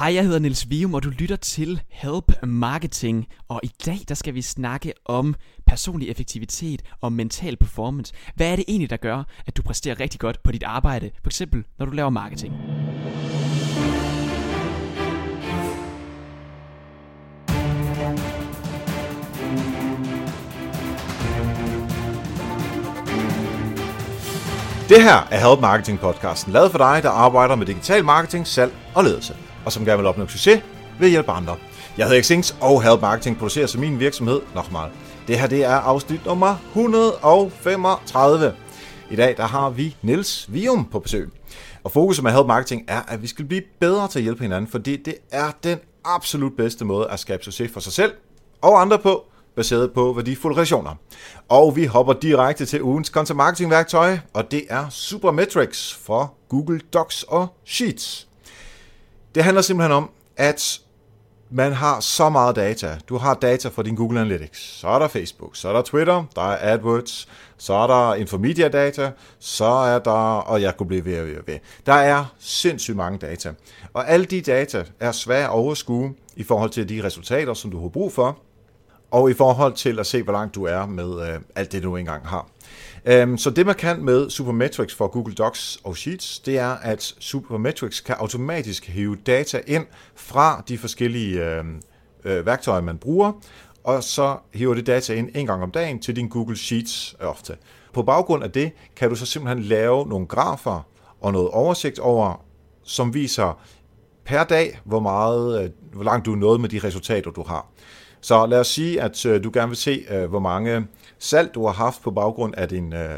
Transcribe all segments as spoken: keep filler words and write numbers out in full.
Hej, jeg hedder Niels Vium, og du lytter til Help Marketing. Og i dag der skal vi snakke om personlig effektivitet og mental performance. Hvad er det egentlig, der gør, at du præsterer rigtig godt på dit arbejde? For eksempel, når du laver marketing. Det her er Help Marketing podcasten, lavet for dig, der arbejder med digital marketing, salg og ledelse, og som gerne vil opnå succes ved at hjælpe andre. Jeg hedder Xings, og Help Marketing producerer som min virksomhed Nochmal. Det her det er afsnit nummer et hundrede og femogtredive. I dag der har vi Niels Vium på besøg. Og fokuset med Help Marketing er, at vi skal blive bedre til at hjælpe hinanden, fordi det er den absolut bedste måde at skabe succes for sig selv og andre på, baseret på værdifulde relationer. Og vi hopper direkte til ugens content marketing værktøj, og det er Supermetrics for Google Docs og Sheets. Det handler simpelthen om, at man har så meget data. Du har data fra din Google Analytics, så er der Facebook, så er der Twitter, der er AdWords, så er der Infomedia data, så er der, og jeg kunne blive ved og ved og ved. Der er sindssygt mange data. Og alle de data er svære at overskue i forhold til de resultater, som du har brug for, og i forhold til at se, hvor langt du er med øh, alt det, du engang har. Um, så det, man kan med Supermetrics for Google Docs og Sheets, det er, at Supermetrics kan automatisk hive data ind fra de forskellige øh, øh, værktøjer, man bruger, og så hiver det data ind en gang om dagen til din Google Sheets ofte. På baggrund af det, kan du så simpelthen lave nogle grafer og noget oversigt over, som viser per dag, hvor, meget, øh, hvor langt du er nået med de resultater, du har. Så lad os sige, at øh, du gerne vil se, øh, hvor mange salg du har haft på baggrund af din øh,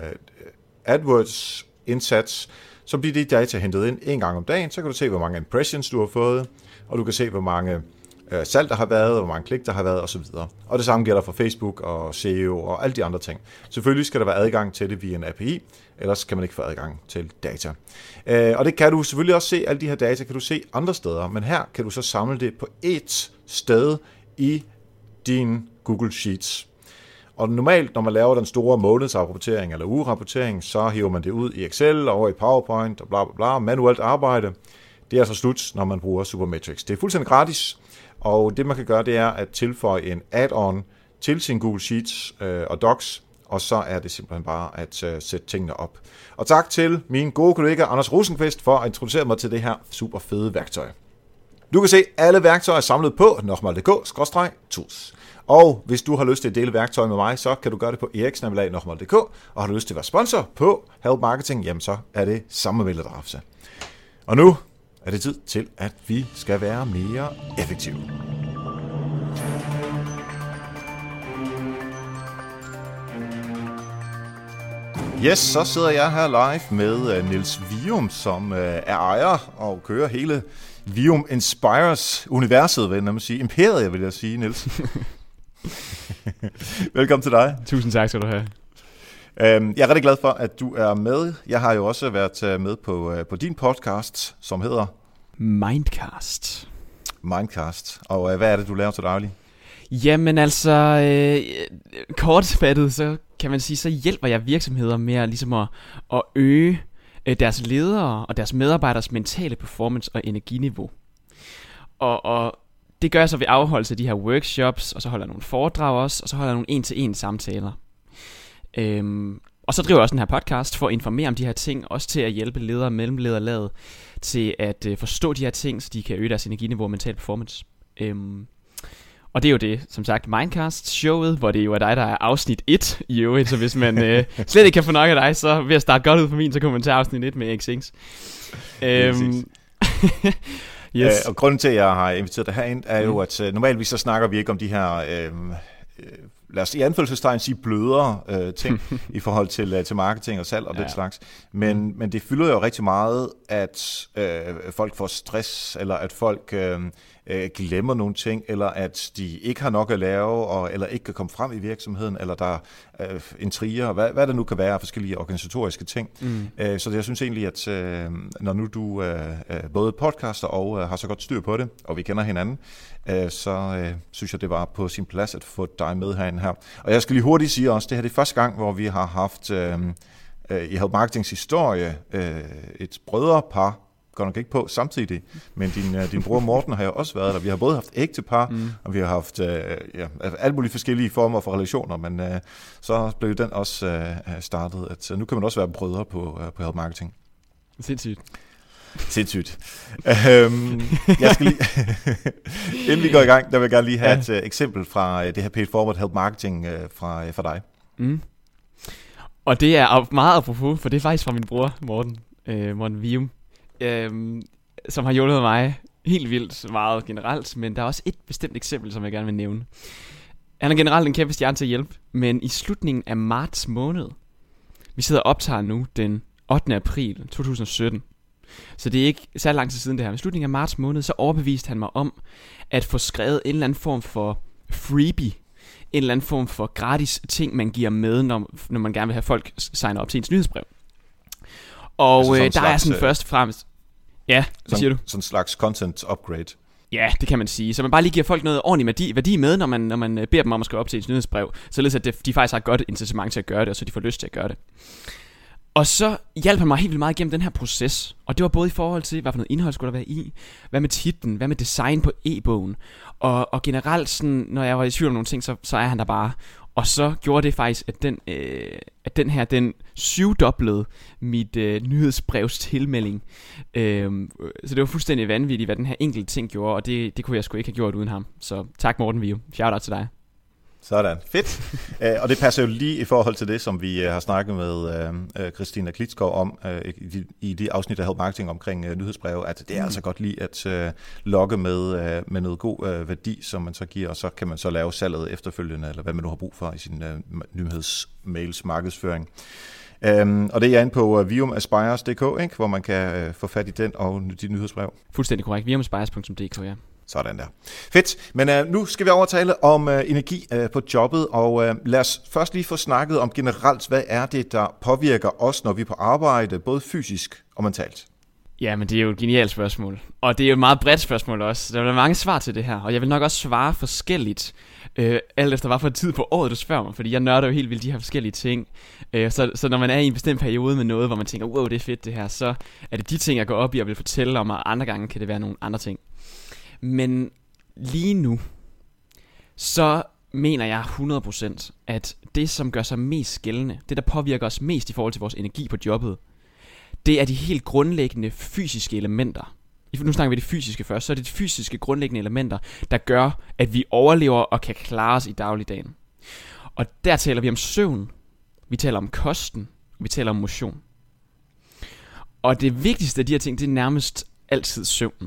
AdWords-indsats. Så bliver de data hentet ind en gang om dagen, så kan du se, hvor mange impressions du har fået, og du kan se, hvor mange øh, salg der har været, hvor mange klik der har været osv. Og det samme gælder for Facebook og S E O og alle de andre ting. Selvfølgelig skal der være adgang til det via en A P I, ellers kan man ikke få adgang til data. Øh, og det kan du selvfølgelig også se, alle de her data kan du se andre steder, men her kan du så samle det på ét sted i din Google Sheets. Og normalt, når man laver den store månedsrapportering eller ugerapportering, så hiver man det ud i Excel, over i PowerPoint og bla bla bla. Manuelt arbejde, det er så slut, når man bruger Supermetrics. Det er fuldstændig gratis, og det man kan gøre, det er at tilføje en add-on til sin Google Sheets øh, og Docs, og så er det simpelthen bare at øh, sætte tingene op. Og tak til min gode kollega Anders Rosenqvist for at introducere mig til det her super fede værktøj. Du kan se alle værktøjer samlet på nochmal punktum d k skråstreg tools. Og hvis du har lyst til at dele værktøj med mig, så kan du gøre det på erik snabel-a nochmal punktum d k. Og har du lyst til at være sponsor på Help Marketing, jamen så er det samme mailadresse. Og nu er det tid til, at vi skal være mere effektive. Yes, så sidder jeg her live med Niels Vium, som er ejer og kører hele Vium Inspires universet, vil jeg sige. Imperiet, vil jeg sige, Niels. Velkommen til dig. Tusind tak skal du have. Jeg er rigtig glad for, at du er med. Jeg har jo også været med på, på din podcast, som hedder Mindcast. Mindcast. Og hvad er det, du laver til daglig? Jamen altså, øh, kortfattet, så kan man sige, så hjælper jeg virksomheder med at, ligesom at, at øge deres ledere og deres medarbejders mentale performance og energiniveau. Og, og det gør jeg så ved afholdelse af de her workshops, og så holder jeg nogle foredrag også, og så holder jeg nogle en-til-en samtaler. Øhm, og så driver jeg også den her podcast for at informere om de her ting, også til at hjælpe ledere og mellemlederlaget til at øh, forstå de her ting, så de kan øge deres energiniveau og mental performance. Øhm, Og det er jo det, som sagt, Mindcast-showet, hvor det jo er dig, der er afsnit et i øvrigt. Så hvis man øh, slet ikke kan få nok af dig, så ved at starte godt ud for min, så kommer man til afsnit et med Xings. øhm, yes. øh, og grunden til, at jeg har inviteret dig herind, er jo, at øh, normalvis så snakker vi ikke om de her, øh, øh, lad os i anfølgelsestegn sige, blødere øh, ting i forhold til, øh, til marketing og salg og ja. den slags. Men, mm. men det fylder jo rigtig meget, at øh, folk får stress, eller at folk Øh, glemmer nogle ting, eller at de ikke har nok at lave, og, eller ikke kan komme frem i virksomheden, eller der er øh, intriger, hvad, hvad der nu kan være af forskellige organisatoriske ting. Mm. Øh, så jeg synes egentlig, at øh, når nu du øh, både podcaster og øh, har så godt styr på det, og vi kender hinanden, øh, så øh, synes jeg, det var på sin plads at få dig med herinde her. Og jeg skal lige hurtigt sige også, det her det er første gang, hvor vi har haft øh, øh, i Help Marketings historie øh, et brødrepar, godt nok ikke på samtidig, men din, uh, din bror Morten har jo også været der. Vi har både haft ægtepar, mm. og vi har haft uh, ja, alle mulige forskellige former for relationer, men uh, så blev den også uh, startet, at uh, nu kan man også være brødre på, uh, på Help Marketing. Sindssygt. Sindssygt. øhm, jeg skal lige inden vi går i gang, der vil jeg gerne lige have ja. et uh, eksempel fra uh, det her paid forward Help Marketing uh, fra, uh, fra dig. Mm. Og det er meget apropos, for det er faktisk fra min bror Morten, uh, Morten Vium, uh, som har hjulpet mig helt vildt meget generelt, men der er også et bestemt eksempel, som jeg gerne vil nævne. Han er generelt en kæmpe stjerne til hjælp, men i slutningen af marts måned, vi sidder og optager nu den ottende april to tusind og sytten, så det er ikke særlig lang tid siden det her. I slutningen af marts måned, så overbeviste han mig om at få skrevet en eller anden form for freebie, en eller anden form for gratis ting, man giver med, når, når man gerne vil have folk signer op til ens nyhedsbrev. Og altså øh, der slags, er sådan først og fremmest... Ja, hvad siger du? Sådan en slags content upgrade. Ja, det kan man sige. Så man bare lige giver folk noget ordentlig værdi, værdi med, når man, når man beder dem om at skrive op til ens nyhedsbrev, således at det, de faktisk har et godt incitament til at gøre det, og så de får lyst til at gøre det. Og så hjalp han mig helt vildt meget igennem den her proces. Og det var både i forhold til, hvad for noget indhold skulle der være i, hvad med titlen, hvad med design på e-bogen. Og, og generelt, sådan, når jeg var i tvivl om nogle ting, så, så er han der bare. Og så gjorde det faktisk, at den, øh, at den her, den syvdoblede mit øh, nyhedsbrevs tilmelding. Øh, så det var fuldstændig vanvittigt, hvad den her enkelte ting gjorde, og det, det kunne jeg sgu ikke have gjort uden ham. Så tak Morten Vium. Shout out til dig. Sådan, fedt. Æ, og det passer jo lige i forhold til det, som vi uh, har snakket med uh, Christina Klitskov om uh, i, de, i de afsnit af Help Marketing omkring uh, nyhedsbreve, at det er mm. altså godt lige at uh, logge med, uh, med noget god uh, værdi, som man så giver, og så kan man så lave salget efterfølgende, eller hvad man nu har brug for i sin uh, nyhedsmails markedsføring. Um, og det er inde på uh, viumaspires punktum d k, ikke? Hvor man kan uh, få fat i den og de nyhedsbrev. Fuldstændig korrekt. viumaspires punktum d k, ja. Sådan der. Fedt. Men uh, nu skal vi overtale om uh, energi uh, på jobbet, og uh, lad os først lige få snakket om generelt, hvad er det, der påvirker os, når vi er på arbejde, både fysisk og mentalt? Ja, men det er jo et genialt spørgsmål. Og det er jo et meget bredt spørgsmål også. Der er mange svar til det her, og jeg vil nok også svare forskelligt, øh, alt efter hvad for tid på året du spørger mig, fordi jeg nørder jo helt vildt de her forskellige ting. Øh, så, så når man er i en bestemt periode med noget, hvor man tænker, wow, det er fedt det her, så er det de ting, jeg går op i og vil fortælle om, og andre gange kan det være nogle andre ting. Men lige nu, så mener jeg hundrede procent, at det, som gør sig mest gældende, det, der påvirker os mest i forhold til vores energi på jobbet, det er de helt grundlæggende fysiske elementer. Nu snakker vi de fysiske først, så er det de fysiske grundlæggende elementer, der gør, at vi overlever og kan klare os i dagligdagen. Og der taler vi om søvn, vi taler om kosten, og vi taler om motion. Og det vigtigste af de her ting, det er nærmest altid søvnen.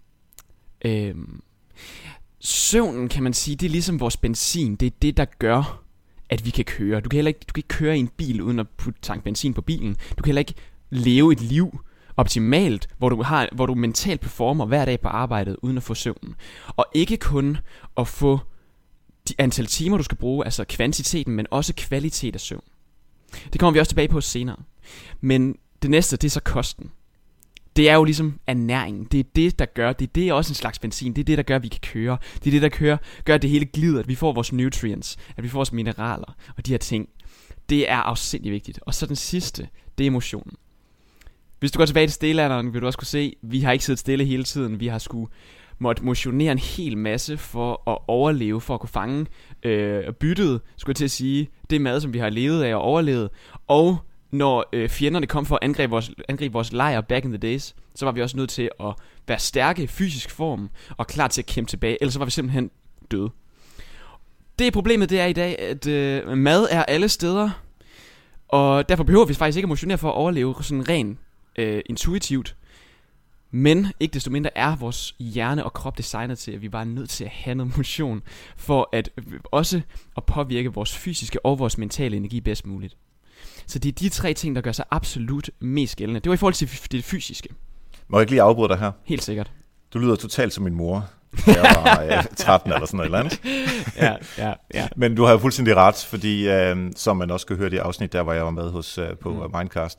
Øhm, søvnen kan man sige, det er ligesom vores benzin. Det er det, der gør, at vi kan køre. Du kan heller ikke, du kan ikke køre i en bil uden at putte tank benzin på bilen. Du kan heller ikke leve et liv optimalt, hvor du, har, hvor du mentalt performer hver dag på arbejdet uden at få søvnen. Og ikke kun at få de antal timer du skal bruge, altså kvantiteten, men også kvalitet af søvn. Det kommer vi også tilbage på senere. Men det næste, det er så kosten. Det er jo ligesom ernæringen. Det er det, der gør, det er det også en slags benzin. Det er det, der gør, at vi kan køre. Det er det, der kører, gør, at det hele glider, at vi får vores nutrients, at vi får vores mineraler og de her ting. Det er afsindig vigtigt. Og så den sidste, det er emotionen. Hvis du går tilbage til stillealderen, vil du også kunne se, vi har ikke siddet stille hele tiden. Vi har skulle måtte motionere en hel masse for at overleve, for at kunne fange øh, byttet, skulle jeg til at sige, det mad, som vi har levet af og overlevet. Og når øh, fjenderne kom for at angribe vores, angribe vores lejr back in the days, så var vi også nødt til at være stærke i fysisk form og klar til at kæmpe tilbage, ellers så var vi simpelthen døde. Det er problemet, det er i dag, at øh, mad er alle steder, og derfor behøver vi faktisk ikke at motionere for at overleve sådan rent øh, intuitivt. Men ikke desto mindre er vores hjerne og krop designet til, at vi bare er nødt til at have noget motion, for at øh, også at påvirke vores fysiske og vores mentale energi bedst muligt. Så det er de tre ting, der gør sig absolut mest gældende. Det var i forhold til det fysiske. Må jeg ikke lige afbryde dig her? Helt sikkert. Du lyder totalt som min mor, da jeg var øh, tretten eller sådan noget eller andet. ja, ja, ja. Men du har jo fuldstændig ret, fordi øh, som man også kan høre det afsnit, der hvor jeg var med hos, øh, på mm. Mindcast,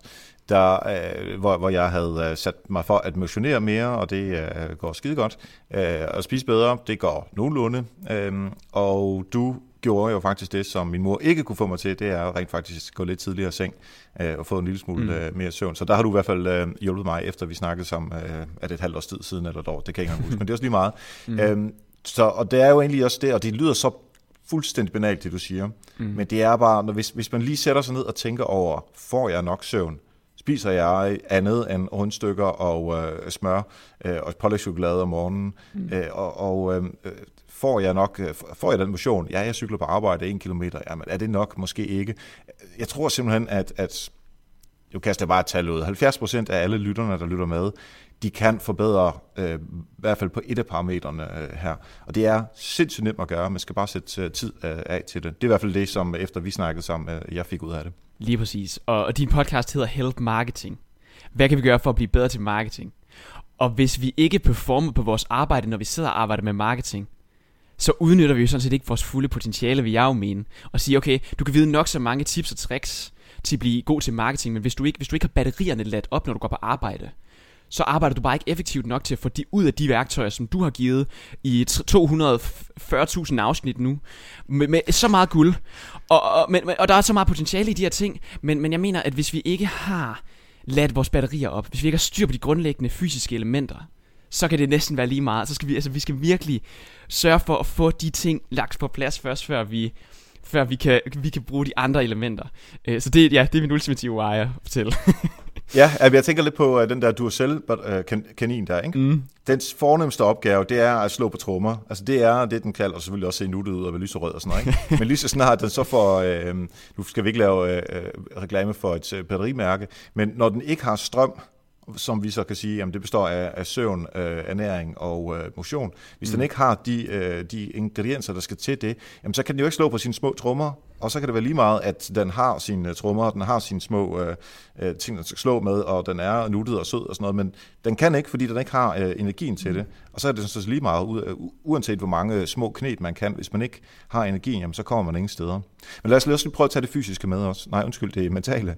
der, øh, hvor, hvor jeg havde øh, sat mig for at motionere mere, og det øh, går skide godt. Øh, at spise bedre, det går nogenlunde. Øh, og du gjorde jo faktisk det, som min mor ikke kunne få mig til, det er at rent faktisk gå lidt tidligere i seng øh, og få en lille smule mm. øh, mere søvn. Så der har du i hvert fald øh, hjulpet mig, efter vi snakkede sammen, øh, er det et halvt års tid siden eller et år, det kan jeg ikke engang huske, men det er også lige meget. Mm. Øh, så, og det er jo egentlig også det, og det lyder så fuldstændig banalt, det du siger, mm. men det er bare, når, hvis, hvis man lige sætter sig ned og tænker over, får jeg nok søvn? Spiser jeg andet end rundstykker og øh, smør øh, og pålægschokolade om morgenen, mm. øh, og, og øh, får jeg nok, får jeg den motion? Ja, jeg cykler på arbejde en kilometer, jamen er det nok? Måske ikke. Jeg tror simpelthen, at, at nu kaster jeg bare et tal ud, halvfjerds procent af alle lytterne, der lytter med, de kan forbedre, øh, i hvert fald på et af parametrene øh, her. Og det er sindssygt nemt at gøre, man skal bare sætte tid øh, af til det. Det er i hvert fald det, som efter vi snakkede sammen, øh, jeg fik ud af det. Lige præcis. Og, og din podcast hedder Help Marketing. Hvad kan vi gøre for at blive bedre til marketing? Og hvis vi ikke performer på vores arbejde, når vi sidder og arbejder med marketing, så udnytter vi jo sådan set ikke vores fulde potentiale, vil jeg jo mene. Og sige, okay, du kan vide nok så mange tips og tricks til at blive god til marketing, men hvis du ikke, hvis du ikke har batterierne ladt op, når du går på arbejde, så arbejder du bare ikke effektivt nok til at få de ud af de værktøjer, som du har givet i to hundrede og fyrre tusind afsnit nu, med, med så meget guld. Og, og, men, og der er så meget potentiale i de her ting, men, men jeg mener, at hvis vi ikke har ladt vores batterier op, hvis vi ikke har styr på de grundlæggende fysiske elementer, så kan det næsten være lige meget. Så skal vi, altså, vi skal virkelig sørge for at få de ting lagt på plads først, før vi, før vi, kan, vi kan bruge de andre elementer. Så det, ja, det er min ultimative vej at fortælle. Ja, jeg tænker lidt på den der Duracell-kanin der, ikke? Mm. Dens fornemmeste opgave, det er at slå på trommer. Altså det er det, den kalder, og selvfølgelig også se nuttet ud og være lyserød og sådan noget, ikke? Men lige så snart den så får, øh, nu skal vi ikke lave øh, reklame for et øh, batterimærke, men når den ikke har strøm, som vi så kan sige, jamen det består af, af søvn, øh, ernæring og øh, motion. Hvis mm. den ikke har de, øh, de ingredienser, der skal til det, jamen så kan den jo ikke slå på sine små trommer, og så kan det være lige meget, at den har sine trommer, den har sine små øh, ting, den skal slå med, og den er nuttet og sød og sådan noget, men den kan ikke, fordi den ikke har øh, energien til det. Og så er det så lige meget, u- uanset hvor mange små knep man kan, hvis man ikke har energien, jamen så kommer man ingen steder. Men lad os lige prøve at tage det fysiske med os. Nej, undskyld, det mentale.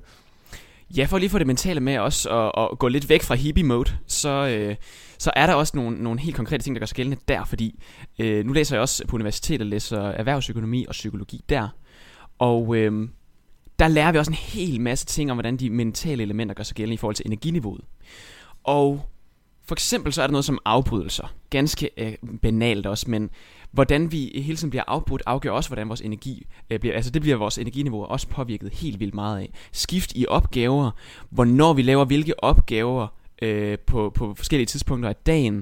Ja, for lige få det mentale med også, og, og gå lidt væk fra hippie-mode, så, øh, så er der også nogle, nogle helt konkrete ting, der gør sig gældende der, fordi øh, nu læser jeg også på universitetet, læser erhvervsøkonomi og psykologi der, og øh, der lærer vi også en hel masse ting om, hvordan de mentale elementer gør sig gældende i forhold til energiniveauet. Og for eksempel så er der noget som afbrydelser, ganske øh, banalt også, men hvordan vi hele tiden bliver afbrudt, afgør også, hvordan vores energi øh, bliver, altså det bliver vores energiniveau også påvirket helt vildt meget af. Skift i opgaver, hvornår vi laver hvilke opgaver øh, på, på forskellige tidspunkter af dagen.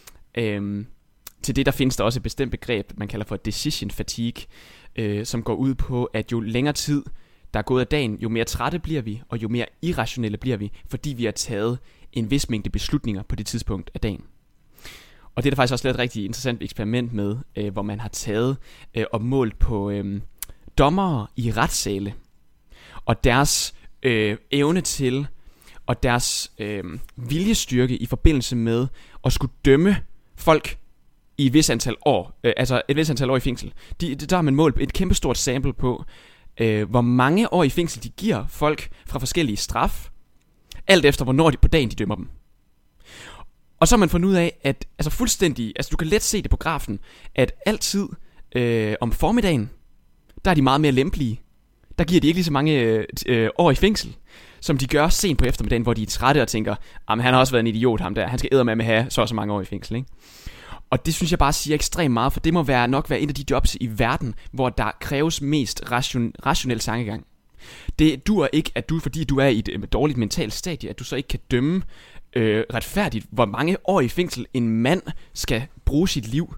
Øh, til det der findes der også et bestemt begreb, man kalder for decision fatigue, øh, som går ud på, at jo længere tid der er gået af dagen, jo mere trætte bliver vi, og jo mere irrationelle bliver vi, fordi vi har taget en vis mængde beslutninger på det tidspunkt af dagen. Og det er der faktisk også lavet et rigtig interessant eksperiment med, øh, hvor man har taget øh, og målt på øh, dommere i retssale, og deres øh, evne til, og deres øh, viljestyrke i forbindelse med at skulle dømme folk i et vis antal år, øh, altså et vis antal år i fængsel. De, der har man målt et kæmpestort sample på, øh, hvor mange år i fængsel de giver folk fra forskellige straf, alt efter hvornår de på dagen de dømmer dem. Og så har man fundet ud af, at altså fuldstændig, altså du kan let se det på grafen, at altid øh, om formiddagen, der er de meget mere lempelige. Der giver de ikke lige så mange øh, år i fængsel, som de gør sent på eftermiddagen, hvor de er trætte og tænker, jamen han har også været en idiot ham der, han skal eddermame have så og så mange år i fængsel, ikke? Og det synes jeg bare siger ekstremt meget, for det må være, nok være en af de jobs i verden, hvor der kræves mest ration, rationel tankegang. Det duer ikke, at du, fordi du er i et øh, dårligt mentalt stadie, at du så ikke kan dømme øh, retfærdigt, hvor mange år i fængsel en mand skal bruge sit liv.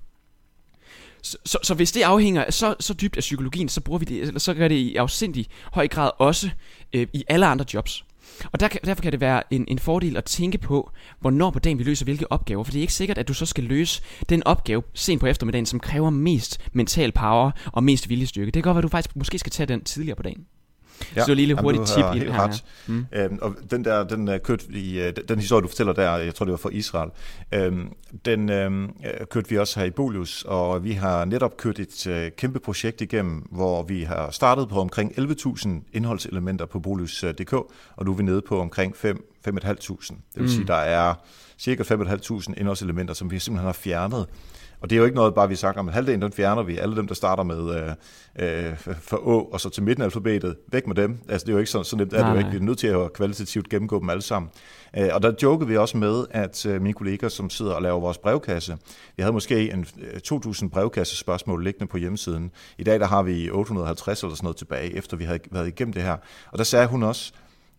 Så, så, så hvis det afhænger så, så dybt af psykologien, så bruger vi det, eller så gør det i afsindig høj grad også øh, i alle andre jobs. Og der, derfor kan det være en, en fordel at tænke på, hvornår på dagen vi løser hvilke opgaver, for det er ikke sikkert, at du så skal løse den opgave sent på eftermiddagen, som kræver mest mental power og mest viljestyrke. Det kan godt være, at du faktisk måske skal tage den tidligere på dagen. Ja, så et lille hurtigt tip i det her. Mm. Øhm, og den der, den uh, kørte vi, uh, den historie, du fortæller der, jeg tror, det var fra Israel, øhm, den øhm, kørte vi også her i Bolius, og vi har netop kørt et uh, kæmpe projekt igennem, hvor vi har startet på omkring elleve tusind indholdselementer på bolius punktum d k, og nu er vi nede på omkring fem fem tusind fem hundrede. Det vil mm. sige, der er cirka fem tusind fem hundrede indholdselementer, som vi simpelthen har fjernet. Og det er jo ikke noget, bare vi sagt om, at halvdelen, den fjerner vi. Alle dem, der starter med øh, øh, fra Å og så til midten af alfabetet, væk med dem. Altså, det er jo ikke så, så nemt, er det jo ikke. Vi er nødt til at kvalitativt gennemgå dem alle sammen. Øh, og der jokede vi også med, at øh, mine kolleger, som sidder og laver vores brevkasse, vi havde måske en to tusind brevkassespørgsmål liggende på hjemmesiden. I dag, der har vi otte hundrede og halvtreds eller sådan noget tilbage, efter vi havde været igennem det her. Og der sagde hun også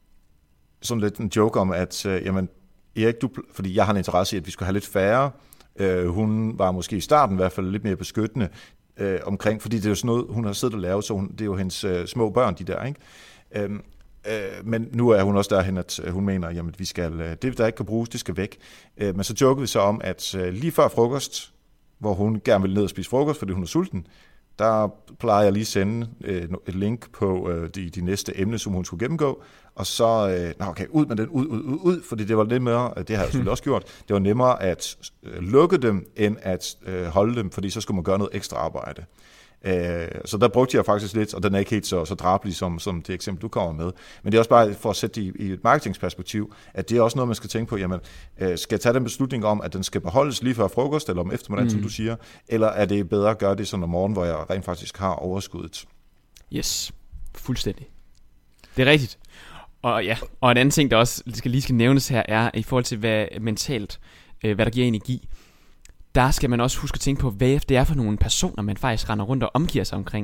sådan lidt en joke om, at øh, jamen, Erik, du, fordi jeg har en interesse i, at vi skulle have lidt færre. Uh, hun var måske i starten i hvert fald lidt mere beskyttende uh, omkring, fordi det er jo sådan noget, hun har siddet og lavet, så hun, det er jo hendes uh, små børn, de der, ikke? Uh, uh, men nu er hun også derhen, at hun mener, jamen vi skal, uh, det der ikke kan bruges, det skal væk. Uh, men så jokede vi så om, at uh, lige før frokost, hvor hun gerne vil ned og spise frokost, fordi hun er sulten, der plejer jeg lige at sende uh, et link på uh, de, de næste emne, som hun skulle gennemgå, og så, øh, nå okay, ud med den, ud, ud, ud, ud, fordi det var nemmere, det har jeg selvfølgelig også gjort, det var nemmere at øh, lukke dem, end at øh, holde dem, fordi så skulle man gøre noget ekstra arbejde. Øh, så der brugte jeg faktisk lidt, og den er ikke helt så, så drabelig som, som det eksempel, du kommer med. Men det er også bare for at sætte det i, i et marketingsperspektiv, at det er også noget, man skal tænke på, jamen, øh, skal jeg tage den beslutning om, at den skal beholdes lige før frokost, eller om eftermiddagen, mm. som du siger, eller er det bedre at gøre det sådan om morgenen, hvor jeg rent faktisk har overskuddet? Yes, fuldstændig. Det er rigtigt. Og ja, og en anden ting, der også skal lige skal nævnes her, er i forhold til hvad mentalt, øh, hvad der giver energi. Der skal man også huske at tænke på, hvad det er for nogle personer, man faktisk render rundt og omgiver sig omkring.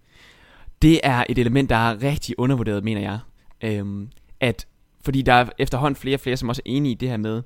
Det er et element, der er rigtig undervurderet, mener jeg. Øhm, at, fordi der er efterhånden flere og flere, som også er enige i det her med,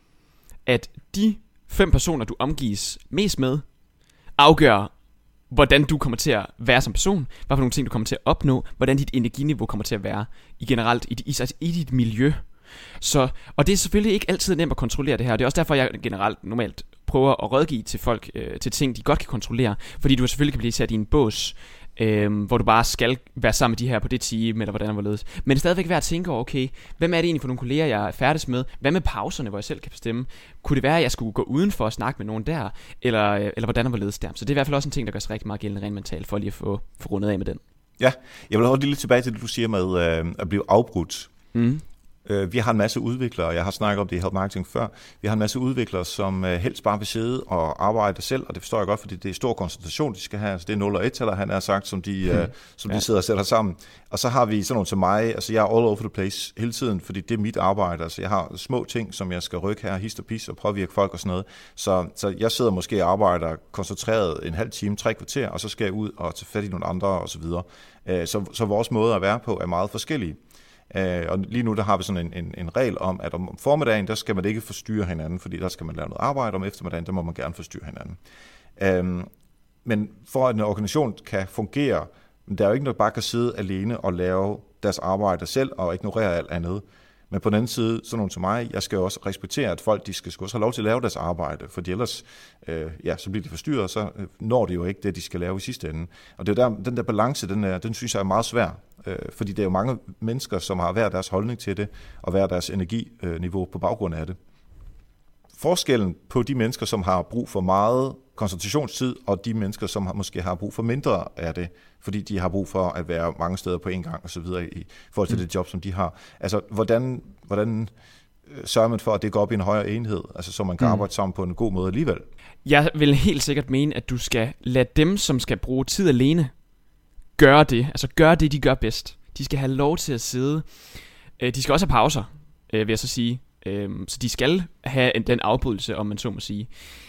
at de fem personer, du omgives mest med, afgør, hvordan du kommer til at være som person, hvad for nogle ting, du kommer til at opnå, hvordan dit energiniveau kommer til at være i generelt i, i, i dit miljø. Så, og det er selvfølgelig ikke altid nemt at kontrollere det her. Det er også derfor, jeg generelt normalt prøver at rådgive til folk øh, til ting, de godt kan kontrollere. Fordi du selvfølgelig kan blive sat i en bås, øh, hvor du bare skal være sammen med de her på det team, eller hvordan det var ledes. Men stadigvæk være at tænke over, okay, hvem er det egentlig for nogle kolleger, jeg er færdig med? Hvad med pauserne, hvor jeg selv kan bestemme? Kunne det være, at jeg skulle gå udenfor og snakke med nogen der? Eller, øh, eller hvordan det var ledes der? Så det er i hvert fald også en ting, der gør sig rigtig meget gældende rent mentalt, for lige at få, få rundet af med den. Ja, jeg vil holde lidt tilbage til det, du siger med øh, at blive afbrudt. Mm. Vi har en masse udviklere, og jeg har snakket om det i Help Marketing før, vi har en masse udviklere, som helst bare vil sidde og arbejde selv, og det forstår jeg godt, fordi det er stor koncentration, de skal have, altså det er nul og et, eller han har sagt, som de, hmm. uh, som de ja. sidder og sætter sammen. Og så har vi sådan nogle til mig, altså jeg er all over the place hele tiden, fordi det er mit arbejde, altså jeg har små ting, som jeg skal rykke her, hist og pis, og påvirke folk og sådan noget, så, så jeg sidder måske og arbejder koncentreret en halv time, tre kvarter, og så skal jeg ud og tage fat i nogle andre og så videre. Så, så vores måde at være på er meget forskellige. Uh, og lige nu der har vi sådan en, en, en regel om, at om formiddagen, der skal man ikke forstyrre hinanden, fordi der skal man lave noget arbejde, om eftermiddagen, der må man gerne forstyrre hinanden. Uh, men for at en organisation kan fungere, der er jo ikke noget, bare kan sidde alene og lave deres arbejde selv, og ignorere alt andet. Men på den anden side, sådan nogen som mig, jeg skal jo også respektere, at folk de skal også have lov til at lave deres arbejde, for ellers øh, ja, så bliver de forstyrret, og så når de jo ikke det, de skal lave i sidste ende. Og det er der, den der balance, den, er, den synes jeg er meget svær, øh, fordi det er jo mange mennesker, som har hver deres holdning til det, og hver deres energiniveau på baggrund af det. Forskellen på de mennesker, som har brug for meget koncentrationstid, og de mennesker, som har, måske har brug for mindre af det, fordi de har brug for at være mange steder på en gang og så videre i forhold til mm. det job, som de har. Altså, hvordan, hvordan sørger man for, at det går op i en højere enhed, altså så man kan mm. arbejde sammen på en god måde alligevel? Jeg vil helt sikkert mene, at du skal lade dem, som skal bruge tid alene, gøre det. Altså gøre det, de gør bedst. De skal have lov til at sidde. De skal også have pauser, vil jeg så sige. Så de skal have den afbrydelse, om man så må sige.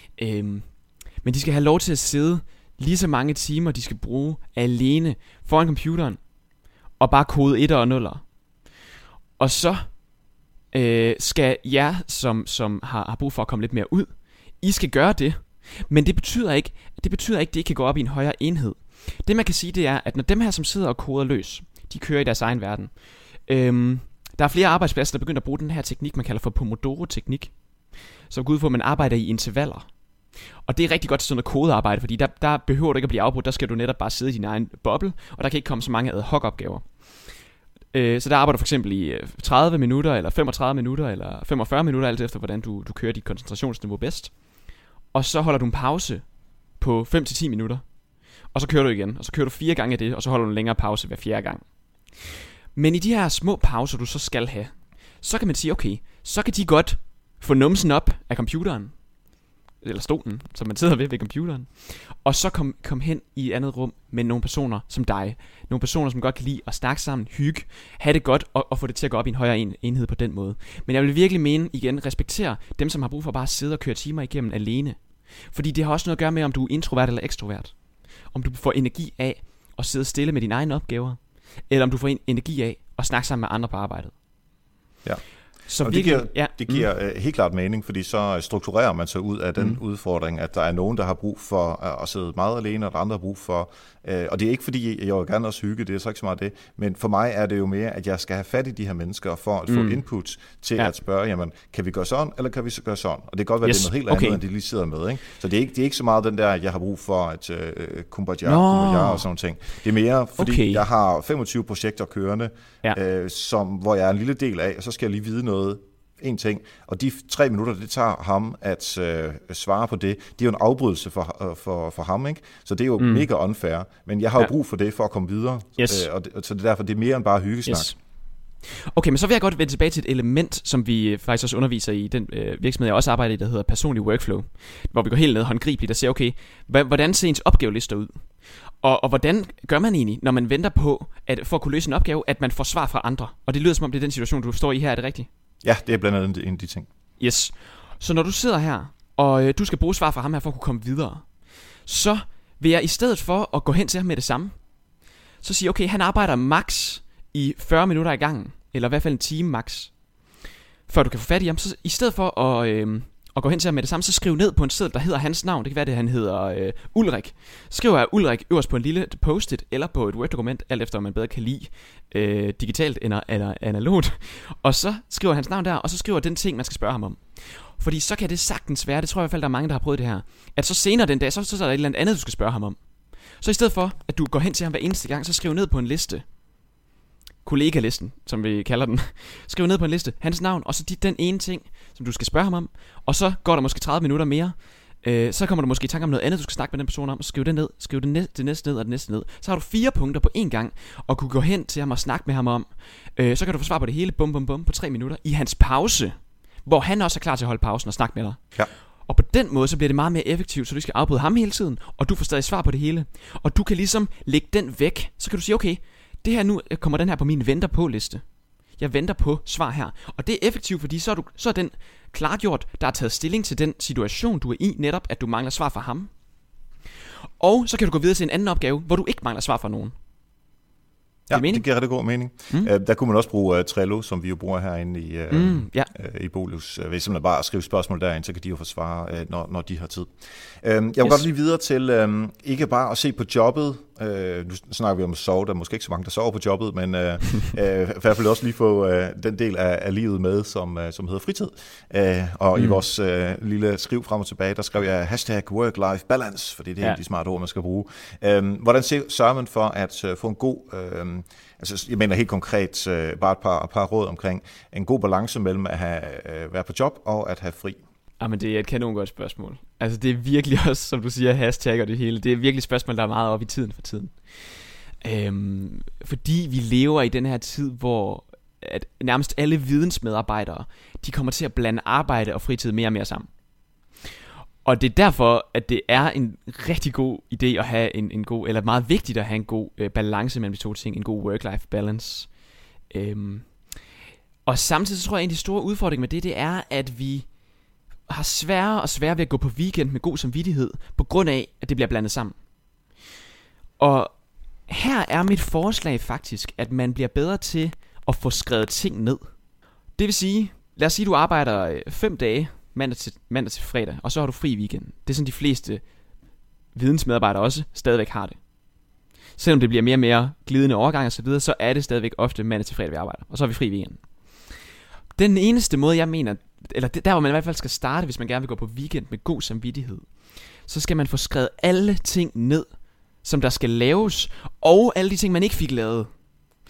Men de skal have lov til at sidde lige så mange timer, de skal bruge alene foran computeren, og bare kode etter og nuller. Og så øh, skal jer, som, som har, har brug for at komme lidt mere ud, I skal gøre det. Men det betyder ikke, det betyder ikke, at det ikke kan gå op i en højere enhed. Det man kan sige, det er, at når dem her, som sidder og koder løs, de kører i deres egen verden. Øhm, der er flere arbejdspladser, der begynder at bruge den her teknik, man kalder for Pomodoro-teknik, som går ud på, at man arbejder i intervaller. Og det er rigtig godt til sådan noget kodearbejde, fordi der, der behøver du ikke at blive afbrudt, der skal du netop bare sidde i din egen boble, og der kan ikke komme så mange ad hoc opgaver. Øh, så der arbejder du for eksempel i tredive minutter, eller femogtredive minutter, eller femogfyrre minutter, alt efter hvordan du, du kører dit koncentrationsniveau bedst. Og så holder du en pause på fem til ti minutter. Og så kører du igen, og så kører du fire gange af det, og så holder du en længere pause hver fjerde gang. Men i de her små pauser, du så skal have, så kan man sige, okay, så kan de godt få numsen op af computeren, eller stolen, som man sidder ved ved computeren, og så kom, kom hen i et andet rum med nogle personer som dig. Nogle personer, som godt kan lide at snakke sammen, hygge, have det godt, og, og få det til at gå op i en højere en, enhed på den måde. Men jeg vil virkelig mene, igen, respektere dem, som har brug for bare at sidde og køre timer igennem alene. Fordi det har også noget at gøre med, om du er introvert eller ekstrovert. Om du får energi af at sidde stille med dine egne opgaver, eller om du får energi af at snakke sammen med andre på arbejdet. Ja. Så og virkelig, det giver, ja. det giver mm. helt klart mening, fordi så strukturerer man sig ud af den mm. udfordring, at der er nogen, der har brug for at sidde meget alene, og der andre har brug for, øh, og det er ikke fordi, jeg vil gerne også hygge, det er så ikke så meget det, men for mig er det jo mere, at jeg skal have fat i de her mennesker, for at få mm. input til ja. at spørge, jamen, kan vi gøre sådan, eller kan vi så gøre sådan? Og det kan godt være, yes. det er noget helt andet, okay. end de lige sidder med, ikke? Så det er ikke, det er ikke så meget den der, at jeg har brug for et øh, kumbaya, no. kumbaya og sådan ting. Det er mere, fordi okay. jeg har femogtyve projekter kørende, ja. øh, som, hvor jeg er en lille del af, og så skal jeg lige vide noget, en ting, og de tre minutter, det tager ham at øh, svare på det, det er jo en afbrydelse for, øh, for, for ham, ikke? Så det er jo mm. mega unfair, men jeg har jo ja. brug for det for at komme videre, yes. øh, og det, så det er derfor, det er mere end bare hyggesnak. Yes. Okay, men så vil jeg godt vende tilbage til et element, som vi faktisk også underviser i den øh, virksomhed, jeg også arbejder i, der hedder personlig workflow, hvor vi går helt ned håndgribeligt og siger, okay, hvordan ser ens opgavelister ud? Og, og hvordan gør man egentlig, når man venter på, at for at kunne løse en opgave, at man får svar fra andre? Og det lyder som om, det er den situation, du står i her, er det rigtigt? Ja, det er blandt andet en af de ting. Yes. Så når du sidder her, og øh, du skal bruge svar fra ham her for at kunne komme videre, så vil jeg i stedet for at gå hen til ham med det samme, så sige, okay, han arbejder max i fyrre minutter i gangen, eller i hvert fald en time max, før du kan få fat i ham. Så i stedet for at, øh, at gå hen til ham med det samme, så skriv ned på en seddel, der hedder hans navn. Det kan være, det han hedder øh, Ulrik. Skriver jeg Ulrik øverst på en lille post-it, eller på et Word-dokument, alt efter om man bedre kan lide øh, digitalt eller, eller analogt. Og så skriver hans navn der, og så skriver den ting, man skal spørge ham om. Fordi så kan det sagtens være, det tror jeg i hvert fald, der er mange, der har prøvet det her, at så senere den dag, så, så er der et eller andet, du skal spørge ham om. Så i stedet for, at du går hen til ham hver eneste gang, så skriv ned på en liste, kollegalisten, som vi kalder den. Skriv ned på en liste hans navn, og så de, den ene ting, som du skal spørge ham om. Og så går der måske tredive minutter mere. øh, Så kommer du måske i tanke om noget andet, du skal snakke med den person om. Skriv det ned, skriv det, næ- det næste ned og det næste ned. Så har du fire punkter på én gang, og kunne gå hen til ham og snakke med ham om. øh, Så kan du få svar på det hele, bum bum bum, på tre minutter i hans pause, hvor han også er klar til at holde pausen og snakke med dig. Ja. Og på den måde, så bliver det meget mere effektivt, så du skal afbryde ham hele tiden, og du får stadig svar på det hele. Og du kan ligesom lægge den væk. Så kan du sige, okay, det her nu kommer den her på min venter på liste. Jeg venter på svar her. Og det er effektivt, fordi så er, du, så er den klargjort, der er taget stilling til den situation, du er i, netop at du mangler svar fra ham. Og så kan du gå videre til en anden opgave, hvor du ikke mangler svar fra nogen. Ja, det, det giver rigtig god mening. Mm. Uh, der kunne man også bruge uh, Trello, som vi jo bruger herinde i, uh, mm, ja. uh, i Bolius. Uh, ved simpelthen bare at skrive spørgsmål derinde, så kan de jo få svar, uh, når, når de har tid. Uh, jeg vil yes. godt lige videre til uh, ikke bare at se på jobbet. Uh, nu snakker vi om at sove, der er måske ikke så mange, der sover på jobbet, men uh, uh, i hvert fald også lige få uh, den del af, af livet med, som, uh, som hedder fritid. Uh, og mm. i vores uh, lille skriv frem og tilbage, der skrev jeg hashtag work-life balance, for det er det ja. de smarte ord, man skal bruge. Uh, hvordan sørger man for at uh, få en god... Uh, Altså, jeg mener helt konkret øh, bare et par, et par råd omkring en god balance mellem at have, øh, være på job og at have fri. Jamen, det er et kanon godt spørgsmål. Altså, det er virkelig også, som du siger, hashtag og det hele. Det er virkelig et spørgsmål, der er meget op i tiden for tiden. Øhm, fordi vi lever i den her tid, hvor at nærmest alle vidensmedarbejdere, de kommer til at blande arbejde og fritid mere og mere sammen. Og det er derfor, at det er en rigtig god idé at have en, en god, eller meget vigtigt at have en god øh, balance mellem de to ting, en god work-life balance. Øhm. Og samtidig så tror jeg, at en af de store udfordringer med det, det er, at vi har sværere og sværere ved at gå på weekend med god samvittighed, på grund af, at det bliver blandet sammen. Og her er mit forslag faktisk, at man bliver bedre til at få skrevet ting ned. Det vil sige, lad os sige, at du arbejder fem dage, mandag til, mandag til fredag, og så har du fri weekend. Det er sådan, de fleste vidensmedarbejdere også stadigvæk har det. Selvom det bliver mere og mere glidende overgang og så videre, så er det stadigvæk ofte mandag til fredag, vi arbejder. Og så har vi fri weekend. Den eneste måde, jeg mener, eller der hvor man i hvert fald skal starte, hvis man gerne vil gå på weekend med god samvittighed, så skal man få skrevet alle ting ned, som der skal laves, og alle de ting, man ikke fik lavet.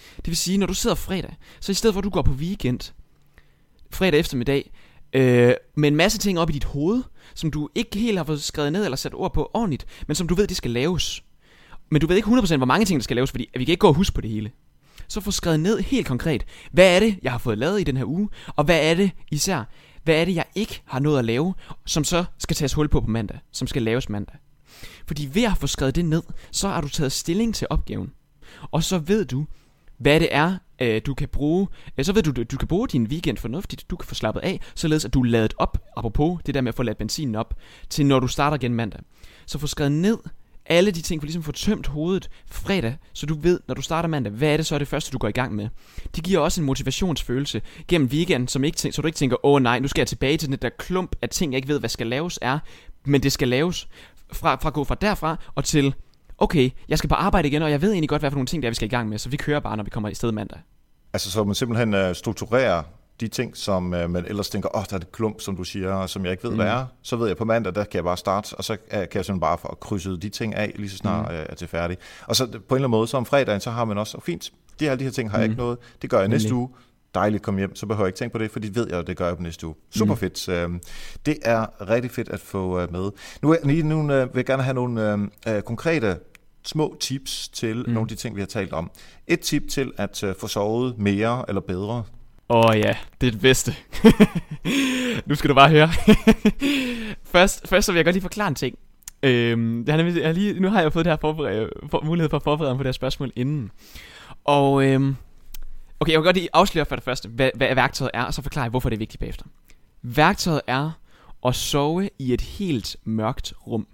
Det vil sige, når du sidder fredag, så i stedet for at du går på weekend fredag eftermiddag øh, med en masse ting op i dit hoved, som du ikke helt har fået skrevet ned eller sat ord på ordentligt, men som du ved, det skal laves. Men du ved ikke hundrede procent, hvor mange ting der skal laves, fordi vi kan ikke gå og huske på det hele. Så få skrevet ned helt konkret, hvad er det, jeg har fået lavet i den her uge, og hvad er det især, hvad er det, jeg ikke har nået at lave, som så skal tages hul på på mandag, som skal laves mandag. Fordi ved at få skrevet det ned, så har du taget stilling til opgaven. Og så ved du, hvad det er, øh, du kan bruge. Så ved du, du kan bruge din weekend fornuftigt. Du kan få slappet af, således at du er ladet op, apropos det der med at få ladet benzinen op, til når du starter igen mandag. Så få skrevet ned alle de ting, for ligesom at få tømt hovedet fredag, så du ved, når du starter mandag, hvad er det så er det første, du går i gang med. Det giver også en motivationsfølelse gennem weekenden, som ikke tænker, så du ikke tænker, åh nej, nu skal jeg tilbage til den der klump af ting, jeg ikke ved, hvad skal laves er, men det skal laves. Fra, fra at gå fra derfra og til, okay, jeg skal på arbejde igen, og jeg ved egentlig godt, hvad for nogle ting, der vi skal i gang med, så vi kører bare, når vi kommer i sted mandag. Altså så man simpelthen uh, strukturerer de ting, som uh, man ellers tænker, åh, oh, der er det klump, som du siger, som jeg ikke ved, mm. hvad er. Så ved jeg på mandag, der kan jeg bare starte, og så uh, kan jeg simpelthen bare få krydset de ting af, lige så snart mm. uh, er til færdig. Og så på en eller anden måde, så om fredagen, så har man også, og fint, de her, de her ting har mm. jeg ikke noget, det gør jeg næste mm. uge. Dejligt at komme hjem, så behøver jeg ikke tænke på det, for det ved jeg, og det gør jeg på næste uge. Super mm. fedt. Det er rigtig fedt at få med. Nu, nu vil jeg gerne have nogle uh, konkrete små tips til mm. nogle af de ting, vi har talt om. Et tip til at uh, få sovet mere eller bedre. Åh oh, ja, det er det bedste. Nu skal du bare høre. først, først så vil jeg godt lige forklare en ting. Øhm, jeg har nemlig, jeg har lige, nu har jeg fået det her forbered, for, mulighed for at forberede mig på det her spørgsmål inden. Og øhm, okay, jeg vil godt lige afsløre for det første, hvad, hvad værktøjet er, og så forklare, hvorfor det er vigtigt bagefter. Værktøjet er at sove i et helt mørkt rum.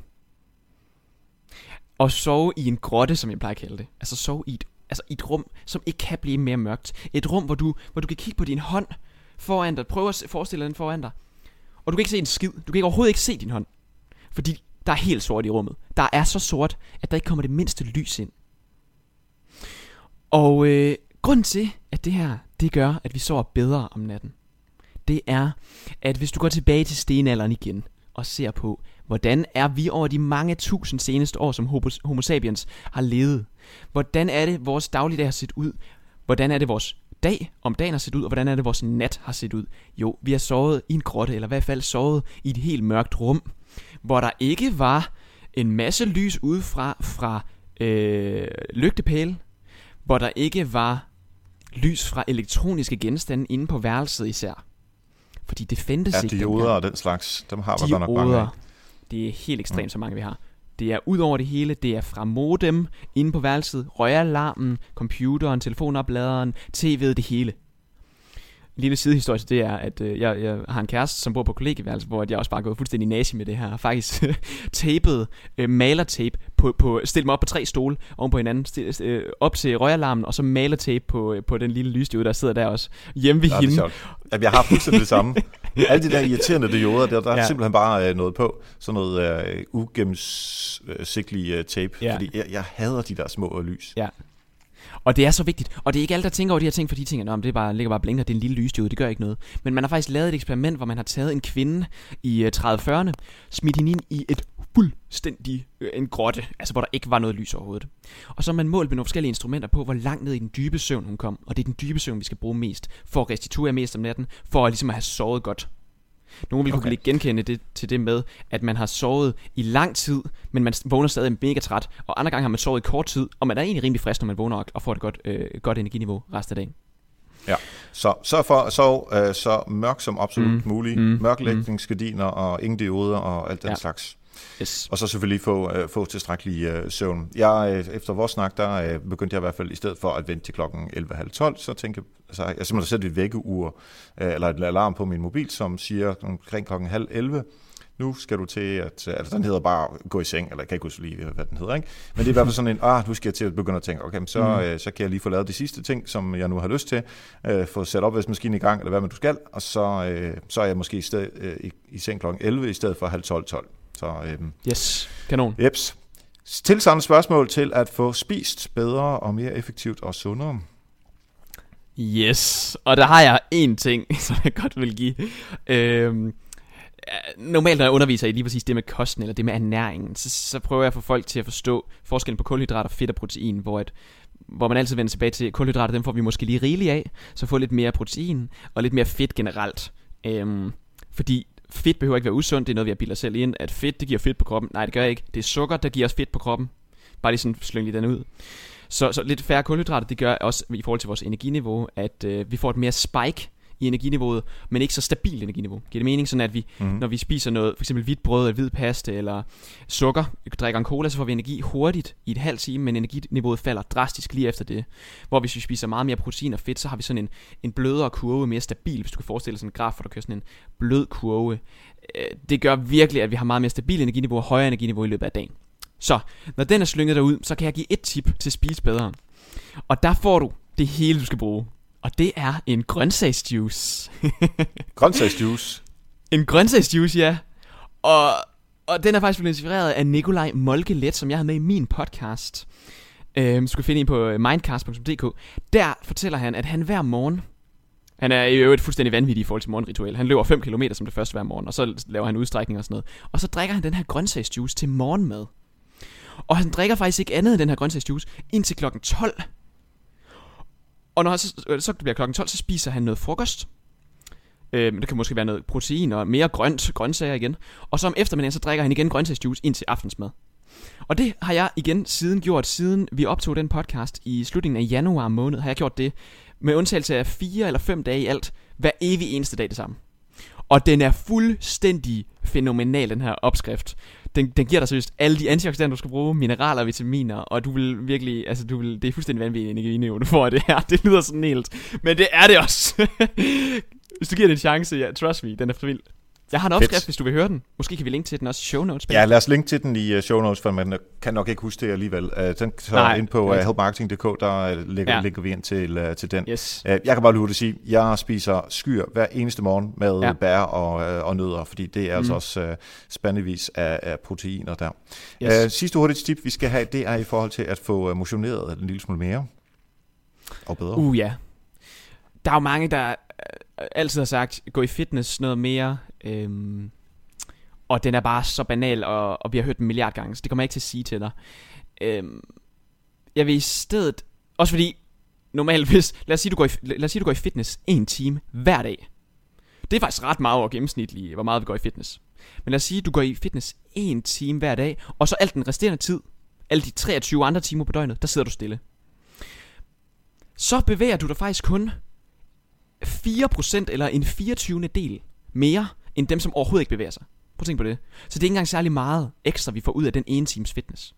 Og sove i en grotte, som jeg plejer at kalde det. Altså sove i et, altså i et rum, som ikke kan blive mere mørkt. Et rum, hvor du, hvor du kan kigge på din hånd foran dig. Prøv at forestille dig den foran dig. Og du kan ikke se en skid. Du kan overhovedet ikke se din hånd. Fordi der er helt sort i rummet. Der er så sort, at der ikke kommer det mindste lys ind. Og øh, grunden til, at det her, det gør, at vi sover bedre om natten, det er, at hvis du går tilbage til stenalderen igen, og ser på, hvordan er vi over de mange tusind seneste år, som Homo sapiens har levet. Hvordan er det, vores dagligdag har set ud? Hvordan er det, vores dag om dagen har set ud? Og hvordan er det, vores nat har set ud? Jo, vi har sovet i en grotte, eller i hvert fald sovet i et helt mørkt rum, hvor der ikke var en masse lys udefra fra øh, lygtepæle, hvor der ikke var lys fra elektroniske genstande inde på værelset især. Fordi det fandtes ja, ikke. Ja, dioder og den slags, dem har man godt nok mange af. Det er helt ekstremt, mm. så mange vi har. Det er ud over det hele, det er fra modem, inde på værelset, røgalarmen, computeren, telefonopladeren, tv'et, det hele. En lille sidehistorie til det er, at øh, jeg, jeg har en kæreste, som bor på kollegieværelse, hvor jeg også bare er gået fuldstændig nazi med det her. Faktisk tapet, øh, malertape, på, på, stillet mig op på tre stole oven på hinanden, stil, øh, op til røgalarmen, og så malertape på, på den lille lysdiode, der sidder der også, hjemme ved ja, hende. Jamen, jeg har fuldstændig det samme. Alle de der irriterende dioder, der, der ja. er simpelthen bare øh, noget på, sådan noget øh, ugennemsigtig øh, tape, ja. fordi jeg, jeg hader de der små lys. Ja. Og det er så vigtigt. Og det er ikke alle, der tænker over de her ting, for de tænker, om det bare ligger bare og blinker, det er en lille lysdiode, det gør ikke noget. Men man har faktisk lavet et eksperiment, hvor man har taget en kvinde i tredive fyrrerne, smidt hende ind i et fuldstændig øh, en grotte, altså hvor der ikke var noget lys overhovedet. Og så har man målt med nogle forskellige instrumenter på, hvor langt ned i den dybe søvn hun kom. Og det er den dybe søvn, vi skal bruge mest, for at restituere mest om natten, for at ligesom at have sovet godt. Nogle vil okay. kunne genkende det til det med, at man har sovet i lang tid, men man vågner stadig mega træt, og andre gange har man sovet i kort tid, og man er egentlig rimelig frisk, når man vågner og får et godt, øh, godt energiniveau resten af dagen. Ja, så sørg for at sove øh, så mørk som absolut mm. muligt. Mm. Mørklægningsgardiner og ingen dioder og alt den ja. slags. Yes. Og så selvfølgelig få, øh, få tilstrækkelig øh, søvn. Jeg, øh, efter vores snak, der øh, begyndte jeg i hvert fald, i stedet for at vente til klokken elleve halv tolv, så tænkte altså, jeg simpelthen sætte et vækkeur, øh, eller et alarm på min mobil, som siger omkring klokken halv elleve, nu skal du til at, altså den hedder bare gå i seng, eller jeg kan ikke huske lige, hvad den hedder, ikke? Men det er i hvert fald sådan en, ah, nu skal jeg til at begynde at tænke, okay, så, mm. øh, så kan jeg lige få lavet de sidste ting, som jeg nu har lyst til, øh, få sat opvaskemaskinen i gang, eller hvad man du skal, og så, øh, så er jeg måske i, sted, øh, i, i seng klokken elleve, i stedet for halv tolv tolv. Så, øhm, yes, kanon. Jeps. Tilsvarende spørgsmål til at få spist bedre og mere effektivt og sundere. Yes, og der har jeg en ting, som jeg godt vil give. Øhm, normalt når jeg underviser i lige præcis det med kosten, eller det med ernæringen, så, så prøver jeg at få folk til at forstå forskellen på kulhydrater, fedt og protein, hvor at hvor man altid vender tilbage til kulhydrater, dem får vi måske lige rigeligt af, så få lidt mere protein og lidt mere fedt generelt. Øhm, fordi fedt behøver ikke være usundt, det er noget, vi har bildet os selv ind, at fedt, det giver fedt på kroppen. Nej, det gør ikke. Det er sukker, der giver os fedt på kroppen. Bare lige sådan slyng lige den ud. Så, så lidt færre kulhydrater, det gør også i forhold til vores energiniveau, at øh, vi får et mere spike i energiniveauet, men ikke så stabilt energiniveau. Giver det mening, sådan at vi, mm. når vi spiser noget, for eksempel hvidt brød, eller hvid pasta, eller sukker, drikker en cola, så får vi energi hurtigt i et halvt time, men energiniveauet falder drastisk lige efter det. Hvor hvis vi spiser meget mere protein og fedt, så har vi sådan en, en blødere kurve, mere stabil, hvis du kan forestille dig sådan en graf, hvor der kører sådan en blød kurve. Det gør virkelig, at vi har meget mere stabil energiniveau og højere energiniveau i løbet af dagen. Så, når den er slynget derud, så kan jeg give et tip til at spise bedre. Og der får du det hele, du skal bruge. Og det er en grøntsagsjuice. Grøntsagsjuice? En grøntsagsjuice, ja. Og, og den er faktisk blevet inspireret af Nikolaj Molke-Let, som jeg havde med i min podcast. Øhm, du kan finde en på mindcast punktum d k. Der fortæller han, at han hver morgen, han er jo et fuldstændig vanvittig i forhold til morgenritual. Han løber fem kilometer som det første hver morgen, og så laver han udstrækning og sådan noget. Og så drikker han den her grøntsagsjuice til morgenmad. Og han drikker faktisk ikke andet end den her grøntsagsjuice indtil klokken tolv. Og når så, så bliver klokken tolv, så spiser han noget frokost. Øh, det kan måske være noget protein og mere grønt, grøntsager igen. Og så om eftermiddagen, så drikker han igen grøntsagsjuice indtil aftensmad. Og det har jeg igen siden gjort, siden vi optog den podcast i slutningen af januar måned, har jeg gjort det med undtagelse af fire eller fem dage i alt, hver evig eneste dag det samme. Og den er fuldstændig fænomenal, den her opskrift. Den, den giver dig seriøst alle de antioxidanter, du skal bruge, mineraler og vitaminer, og du vil virkelig, altså du vil, det er fuldstændig vanvittigt energiniveau, du får af det her. Det lyder sådan helt, men det er det også. Hvis du giver det en chance, ja, trust me, den er for vild. Jeg har en opskrift, Fedt. Hvis du vil høre den. Måske kan vi linke til den også i show notes. Ja, lad os linke til den i show notes, for man kan nok ikke huske det alligevel. Den så Nej, ind på uh, help marketing punktum d k, der ligger, ja. linker vi ind til, uh, til den. Yes. Uh, jeg kan bare lide at sige, jeg spiser skyr hver eneste morgen med ja. bær og, uh, og nødder, fordi det er mm. altså også uh, spændevis af, af proteiner der. Yes. Uh, sidste hurtigt tip, vi skal have, det er i forhold til at få motioneret en lille smule mere og bedre. Uh ja. Der er jo mange, der altid har sagt, gå i fitness noget mere, øhm, og den er bare så banal, og, og vi har hørt den en milliard gange, så det kommer jeg ikke til at sige til dig. Øhm, jeg vil i stedet, også fordi, normalt hvis, lad os sige, du går i, lad os sige, du går i fitness en time hver dag. Det er faktisk ret meget over gennemsnitligt, hvor meget vi går i fitness. Men lad os sige, du går i fitness en time hver dag, og så alt den resterende tid, alle de treogtyve andre timer på døgnet, der sidder du stille. Så bevæger du dig faktisk kun fire procent eller en fireogtyvende del mere, end dem, som overhovedet ikke bevæger sig. Prøv at tænke på det. Så det er ikke engang særlig meget ekstra, vi får ud af den ene times fitness.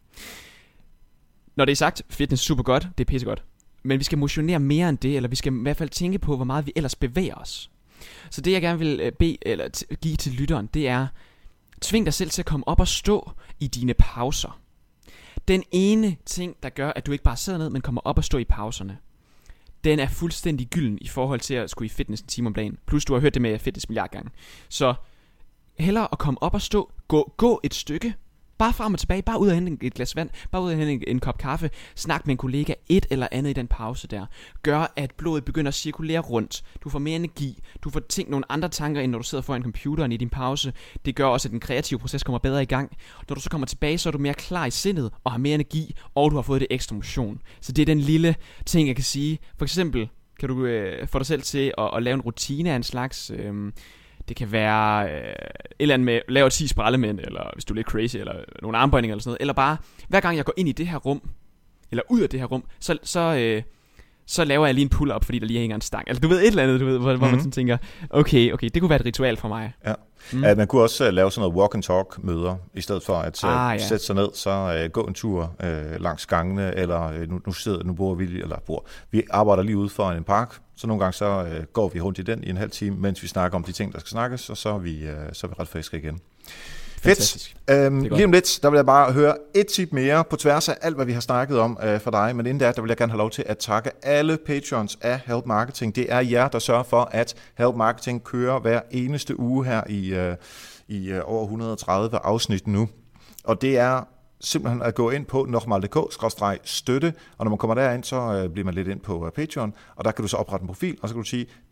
Når det er sagt, fitness er super godt, det er pissegodt. Men vi skal motionere mere end det, eller vi skal i hvert fald tænke på, hvor meget vi ellers bevæger os. Så det, jeg gerne vil bede, eller t- give til lytteren, det er, tving dig selv til at komme op og stå i dine pauser. Den ene ting, der gør, at du ikke bare sidder ned, men kommer op og stå i pauserne, den er fuldstændig gylden i forhold til at skulle i fitness en time om dagen. Plus du har hørt det med fitness milliard gange. Så hellere at komme op og stå, gå, gå et stykke, bare frem og tilbage, bare ud og hente et glas vand, bare ud og hente en, en kop kaffe, snak med en kollega, et eller andet i den pause der, gør at blodet begynder at cirkulere rundt, du får mere energi, du får tænkt nogle andre tanker ind, når du sidder foran computeren i din pause, det gør også, at den kreative proces kommer bedre i gang, når du så kommer tilbage, så er du mere klar i sindet, og har mere energi, og du har fået det ekstra motion. Så det er den lille ting, jeg kan sige. For eksempel kan du øh, få dig selv til at, at lave en rutine af en slags... Øh, Det kan være øh, et eller andet med, lave ti sprællemænd, eller hvis du er lidt crazy, eller nogle armbøjninger eller sådan noget. Eller bare, hver gang jeg går ind i det her rum, eller ud af det her rum, så, så, øh, så laver jeg lige en pull-up, fordi der lige hænger en stang. Altså du ved et eller andet, du ved, hvor, mm-hmm. hvor man sådan tænker, okay, okay, det kunne være et ritual for mig. Ja. Mm. Uh, man kunne også uh, lave sådan noget walk and talk møder, i stedet for at uh, ah, ja. sætte sig ned, så uh, gå en tur uh, langs gangene, eller uh, nu, nu sidder, nu bor vi, eller bor, vi arbejder lige ude for en park, så nogle gange så uh, går vi rundt i den i en halv time, mens vi snakker om de ting, der skal snakkes, og så er vi, uh, så er vi ret friske igen. Fedt. Øhm, lige om lidt, der vil jeg bare høre et tip mere på tværs af alt, hvad vi har snakket om øh, for dig. Men inden da, der vil jeg gerne have lov til at takke alle patrons af Help Marketing. Det er jer, der sørger for, at Help Marketing kører hver eneste uge her i, øh, i øh, over et hundrede og tredive afsnit nu. Og det er simpelthen at gå ind på nokmal punktum d k skråstreg støtte, og når man kommer derind, så øh, bliver man lidt ind på øh, Patreon, og der kan du så oprette en profil, og så kan du sige,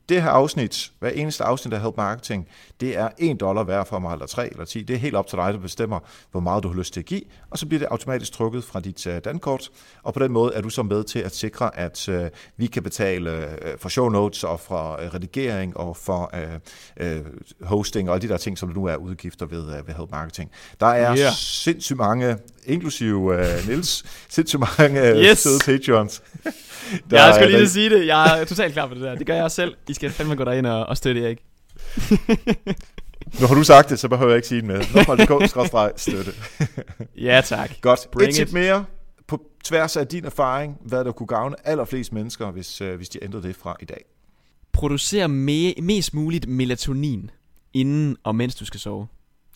Det her afsnit, hver eneste afsnit af Help Marketing, det er en dollar hver for mig, eller tre eller ti. Det er helt op til dig, der bestemmer, hvor meget du har lyst til at give, og så bliver det automatisk trukket fra dit uh, dankort, og på den måde er du så med til at sikre, at uh, vi kan betale uh, for show notes, og for uh, redigering, og for uh, uh, hosting, og alle de der ting, som nu er udgifter ved, uh, ved Help Marketing. Der er yeah. sindssygt mange, inklusive uh, Niels, sindssygt mange uh, yes. søde Patreons. Der, jeg skulle lige der... sige det. Jeg er totalt klar på det der. Det gør jeg også selv. I skal fandme gå derind og, og støtte jer, ikke? Nu har du sagt det, så behøver jeg ikke sige det med. Nokmal punktum dk støtte. Ja, tak. Godt. Bring Et tip mere på tværs af din erfaring, hvad der kunne gavne allerflest mennesker, hvis, øh, hvis de ændrede det fra i dag. Producer me- mest muligt melatonin, inden og mens du skal sove.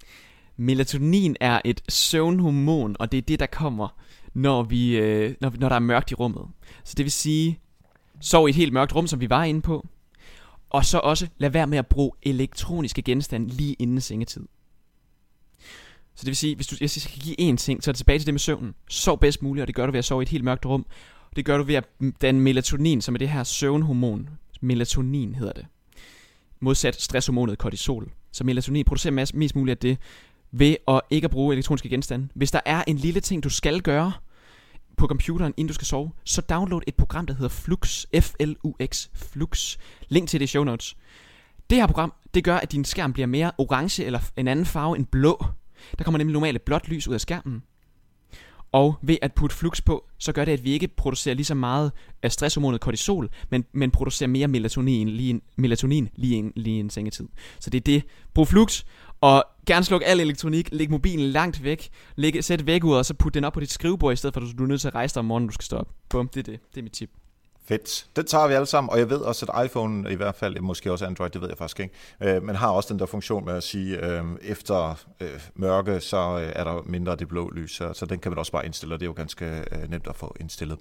Melatonin er et søvnhormon, og det er det, der kommer, når, vi, øh, når, når der er mørkt i rummet. Så det vil sige, sov i et helt mørkt rum, som vi var inde på. Og så også lad være med at bruge elektroniske genstande lige inden sengetid. Så det vil sige, hvis du jeg skal give én ting, så er det tilbage til det med søvnen. Sov bedst muligt, og det gør du ved at sove i et helt mørkt rum. Det gør du ved at danne melatonin, som er det her søvnhormon. Melatonin hedder det. Modsat stresshormonet kortisol. Så melatonin producerer mest, mest muligt af det ved at ikke at bruge elektroniske genstande. Hvis der er en lille ting, du skal gøre på computeren, inden du skal sove, så download et program, der hedder Flux, F L U X, Flux. Link til det i show notes. Det her program, det gør, at din skærm bliver mere orange eller en anden farve end blå. Der kommer nemlig normalt blåt lys ud af skærmen. Og ved at putte Flux på, så gør det, at vi ikke producerer lige så meget af stresshormonet kortisol, men, men producerer mere melatonin lige en, melatonin lige en, lige en sengetid. Så det er det. Brug Flux, og gerne sluk al elektronik, læg mobilen langt væk, læg, sæt vækkeuret, og så put den op på dit skrivebord, i stedet for at du er nødt til at rejse dig om morgenen, du skal stå op. Bum, det er det. Det er mit tip. Fedt. Den tager vi alle sammen, og jeg ved også, at iPhone, i hvert fald, måske også Android, det ved jeg faktisk ikke, øh, men har også den der funktion med at sige, øh, efter øh, mørke, så øh, er der mindre af det blå lys, så, så den kan man også bare indstille, og det er jo ganske øh, nemt at få indstillet.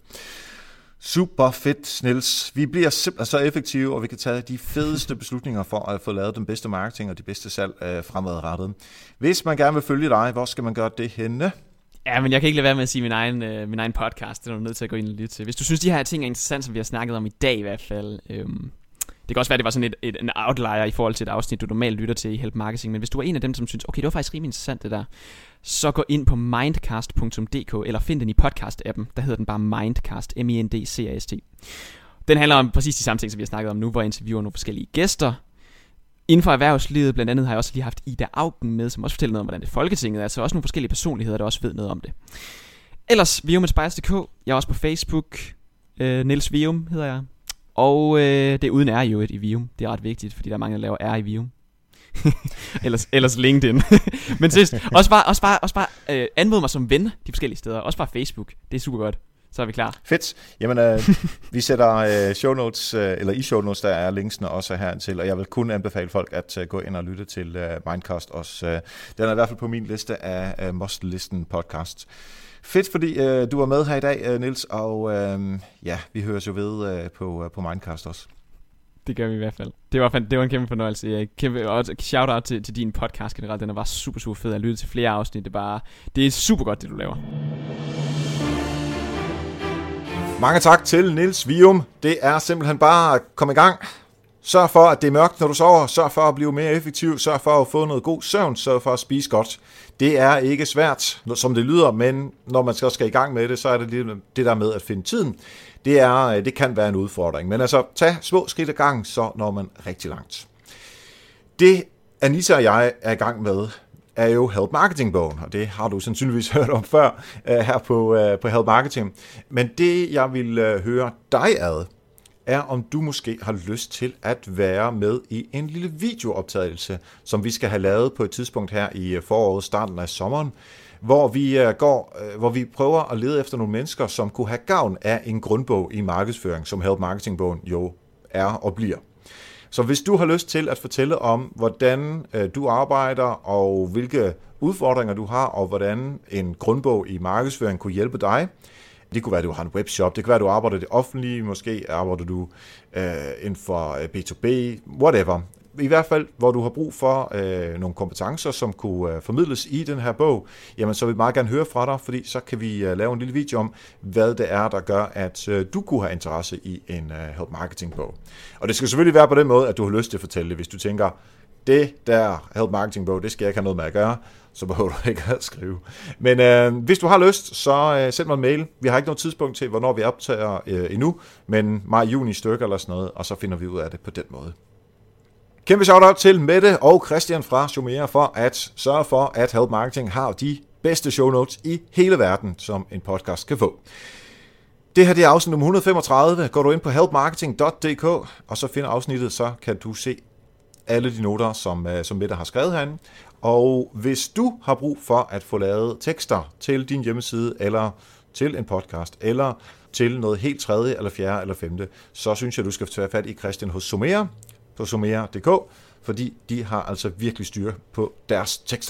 Super fedt, Niels. Vi bliver simpelthen så effektive, og vi kan tage de fedeste beslutninger for at få lavet den bedste marketing og de bedste salg øh, fremadrettet. Hvis man gerne vil følge dig, hvor skal man gøre det henne? Ja, men jeg kan ikke lade være med at sige min egen, øh, min egen podcast. Det er du nødt til at gå ind og lytte til. Hvis du synes, de her ting er interessant, som vi har snakket om i dag i hvert fald. Øhm, det kan også være, at det var sådan et, et, en outlier i forhold til et afsnit, du normalt lytter til i Help Marketing. Men hvis du er en af dem, som synes, okay, det var faktisk rimelig interessant det der, så gå ind på mindcast punktum d k, eller find den i podcast-appen. Der hedder den bare Mindcast, M I N D C A S T. Den handler om præcis de samme ting, som vi har snakket om nu, hvor jeg interviewer nogle forskellige gæster. Inden for erhvervslivet, blandt andet har jeg også lige haft Ida Auken med, som også fortæller noget om, hvordan det Folketinget er, altså også nogle forskellige personligheder, der også ved noget om det. Ellers, Vium at Spice punktum d k, jeg er også på Facebook, øh, Niels Vium hedder jeg, og øh, det er uden R i øvrigt i Vium, det er ret vigtigt, fordi der er mange, der laver R i Vium. ellers, ellers LinkedIn. Men sidst, også bare, også bare, også bare øh, anmod mig som ven de forskellige steder, også bare Facebook, det er super godt. Så er vi klar. Fedt. Jamen, øh, vi sætter øh, show notes, øh, eller i show notes, der er linksene også her til, og jeg vil kun anbefale folk at øh, gå ind og lytte til øh, Mindcast også. Øh, den er i hvert fald på min liste af øh, must-listen podcasts. Fedt, fordi øh, du var med her i dag, øh, Niels, og øh, ja, vi høres jo ved øh, på, øh, på Mindcast også. Det gør vi i hvert fald. Det var, det var en kæmpe fornøjelse. Jeg kæmpe, og shout out til, til din podcast generelt. Den er bare super, super fed. Jeg lyttede til flere afsnit. Det er, bare, det er super godt, det du laver. Mange tak til Niels Vium. Det er simpelthen bare at komme i gang. Sørg for, at det er mørkt, når du sover. Sørg for at blive mere effektiv. Sørg for at få noget god søvn. Sørg for at spise godt. Det er ikke svært, som det lyder, men når man så skal i gang med det, så er det det der med at finde tiden. Det, er, det kan være en udfordring. Men altså, tag små skridt ad gang, så når man rigtig langt. Det Anita og jeg er i gang med, er jo Help Marketing-bogen, og det har du sandsynligvis hørt om før uh, her på, uh, på Help Marketing. Men det, jeg vil uh, høre dig ad, er, om du måske har lyst til at være med i en lille videooptagelse, som vi skal have lavet på et tidspunkt her i foråret, starten af sommeren, hvor vi, uh, går, uh, hvor vi prøver at lede efter nogle mennesker, som kunne have gavn af en grundbog i markedsføring, som Help Marketing-bogen jo er og bliver. Så hvis du har lyst til at fortælle om, hvordan øh, du arbejder, og hvilke udfordringer du har, og hvordan en grundbog i markedsføring kunne hjælpe dig. Det kunne være, at du har en webshop, det kunne være, at du arbejder i det offentlige, måske arbejder du øh, inden for B to B, whatever. i hvert fald, hvor du har brug for øh, nogle kompetencer, som kunne øh, formidles i den her bog, jamen så vil vi meget gerne høre fra dig, fordi så kan vi øh, lave en lille video om, hvad det er, der gør, at øh, du kunne have interesse i en øh, Help Marketing bog. Og det skal selvfølgelig være på den måde, at du har lyst til at fortælle det. Hvis du tænker, det der Help Marketing bog, det skal jeg ikke have noget med at gøre, så behøver du ikke at skrive. Men øh, hvis du har lyst, så øh, send mig en mail. Vi har ikke noget tidspunkt til, hvornår vi optager øh, endnu, men maj-juni stykker eller sådan noget, og så finder vi ud af det på den måde. Kæmpe shout-out til Mette og Christian fra Somera for at sørge for, at Help Marketing har de bedste show notes i hele verden, som en podcast kan få. Det her det er afsnit nummer et hundrede femogtredive. Går du ind på help marketing punktum d k, og så finder afsnittet, så kan du se alle de noter, som, som Mette har skrevet herinde. Og hvis du har brug for at få lavet tekster til din hjemmeside, eller til en podcast, eller til noget helt tredje, eller fjerde, eller femte, så synes jeg, du skal tage fat i Christian hos Somera på somera punktum d k, fordi de har altså virkelig styr på deres tekster.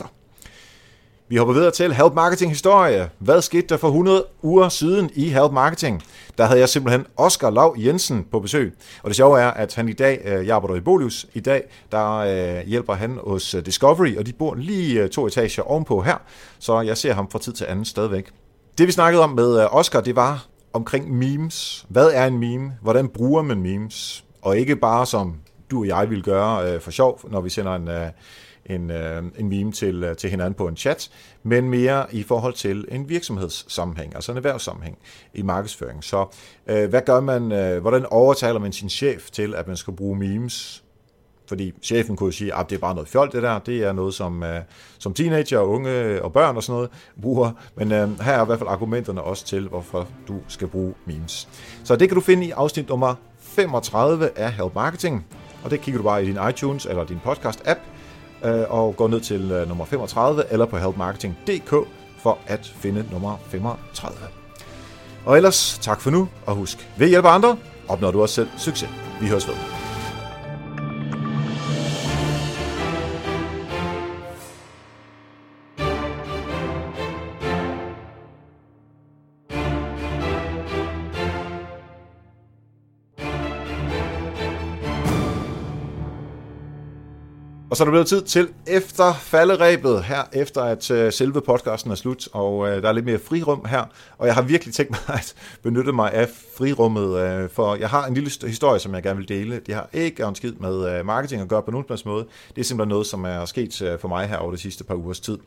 Vi hopper videre til Help Marketing historie. Hvad skete der for hundrede uger siden i Help Marketing? Der havde jeg simpelthen Oscar Lau Jensen på besøg. Og det sjove er, at han i dag, jeg arbejder i Bolius, i dag der øh, hjælper han hos Discovery, og de bor lige to etager ovenpå her, så jeg ser ham fra tid til anden stadigvæk. Det vi snakkede om med Oscar, det var omkring memes. Hvad er en meme? Hvordan bruger man memes? Og ikke bare som du og jeg vil gøre øh, for sjov, når vi sender en... Øh, En, øh, en meme til, til hinanden på en chat, men mere i forhold til en virksomhedssammenhæng, altså en erhvervssammenhæng i markedsføring. Så øh, hvad gør man, øh, hvordan overtaler man sin chef til, at man skal bruge memes? Fordi chefen kunne jo sige, at det er bare noget fjol det der, det er noget, som, øh, som teenager, unge og børn og sådan noget bruger, men øh, her er i hvert fald argumenterne også til, hvorfor du skal bruge memes. Så det kan du finde i afsnit nummer femogtredive af Help Marketing, og det kigger du bare i din iTunes eller din podcast-app, og gå ned til uh, nummer femogtredive eller på help marketing punktum d k for at finde nummer femogtredive. Og ellers tak for nu, og husk, ved at hjælpe andre, opnår du også selv succes. Vi høres ved. Og så er der blevet tid til efter falderebet her, efter at øh, selve podcasten er slut, og øh, der er lidt mere frirum her, og jeg har virkelig tænkt mig at benytte mig af frirummet, øh, for jeg har en lille historie, som jeg gerne vil dele. Det har ikke en skid med øh, marketing at gøre på nogen måde. Det er simpelthen noget, som er sket øh, for mig her over de sidste par ugers tid.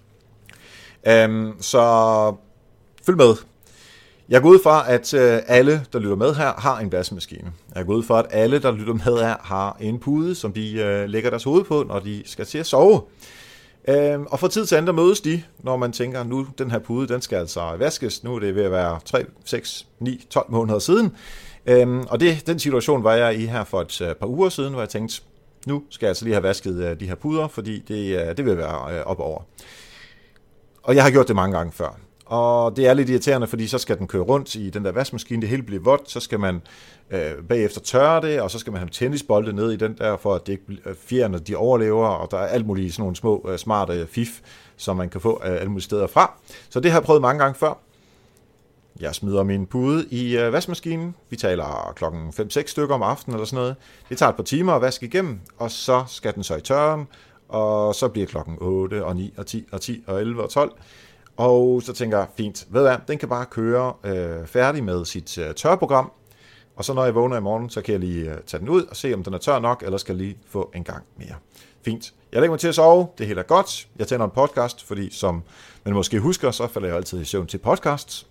Um, så følg med. Jeg går ud fra, at øh, alle, der lytter med her, har en vaskemaskine. Jeg går ud fra, at alle, der lytter med her, har en pude, som de øh, lægger deres hoved på, når de skal til at sove. Øhm, og fra tid til anden mødes de, når man tænker, nu den her pude, den skal altså vaskes. Nu er det ved at være tre, seks, ni, tolv måneder siden. Øhm, og det, den situation var jeg i her for et øh, par uger siden, hvor jeg tænkte, nu skal jeg altså lige have vasket øh, de her puder, fordi det, øh, det vil være øh, op over. Og jeg har gjort det mange gange før. Og det er lidt irriterende, fordi så skal den køre rundt i den der vaskemaskine, det hele bliver vådt, så skal man øh, bagefter tørre det, og så skal man have tennisbolde ned i den der, for at det ikke fjerne de overlever, og der er alt muligt sådan nogle små øh, smarte fif, som man kan få øh, alle mulige steder fra. Så det har jeg prøvet mange gange før. Jeg smider min pude i øh, vaskemaskinen. Vi taler klokken fem seks stykker om aftenen eller sådan noget. Det tager et par timer at vaske igennem, og så skal den så i tørren, og så bliver klokken otte og ni og ti og ti og elleve og tolv. Og så tænker jeg, fint, ved hvad, den kan bare køre øh, færdig med sit øh, tørprogram, og så når jeg vågner i morgen, så kan jeg lige øh, tage den ud og se, om den er tør nok, eller skal lige få en gang mere. Fint. Jeg lægger mig til at sove, det hele er godt. Jeg tænder en podcast, fordi som man måske husker, så falder jeg altid i søvn til podcasts.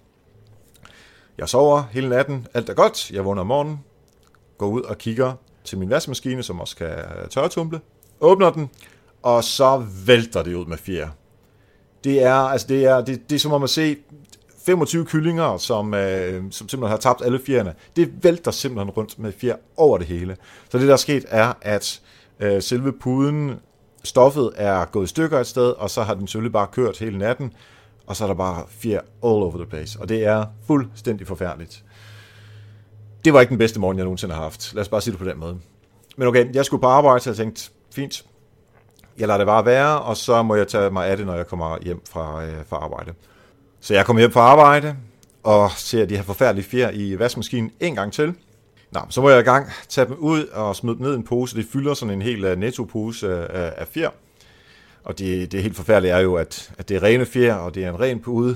Jeg sover hele natten, alt er godt, jeg vågner om morgenen, går ud og kigger til min vaskemaskine, som også kan tørretumble, åbner den, og så vælter det ud med fjer. Det er, altså det er, det, det er som om at se femogtyve kyllinger, som, øh, som simpelthen har tabt alle fjerne. Det vælter simpelthen rundt med fjer over det hele. Så det, der er sket, er, at øh, selve puden, stoffet er gået i stykker et sted, og så har den selvfølgelig bare kørt hele natten, og så er der bare fjer all over the place. Og det er fuldstændig forfærdeligt. Det var ikke den bedste morgen, jeg nogensinde har haft. Lad os bare sige det på den måde. Men okay, jeg skulle på arbejde, så jeg tænkte, fint. Jeg lader det bare være, og så må jeg tage mig af det, når jeg kommer hjem fra, øh, fra arbejde. Så jeg kommer hjem fra arbejde, og ser de her forfærdelige fjer i vaskemaskinen en gang til. Nå, så må jeg i gang, tage dem ud og smide dem ned i en pose. Det fylder sådan en hel uh, netto-pose uh, af fjer. Og det, det helt forfærdelige er jo, at, at det er rene fjer, og det er en ren pude.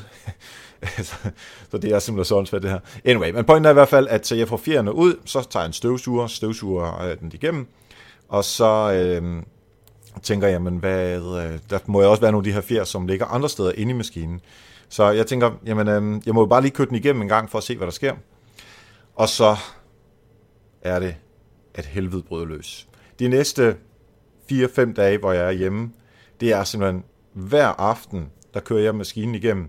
Så det er simpelthen så åndssvagt det her. Anyway, men pointen er i hvert fald, at jeg får fjerne ud, så tager jeg en støvsuger, støvsuger øh, den igennem, og så øh, tænker jeg, jamen, hvad, øh, der må jo også være nogle af de her fjer, som ligger andre steder inde i maskinen. Så jeg tænker, jamen, øh, jeg må jo bare lige køre den igennem en gang, for at se, hvad der sker. Og så er det et helvede brød løs. De næste fire fem dage, hvor jeg er hjemme, det er simpelthen hver aften, der kører jeg maskinen igennem.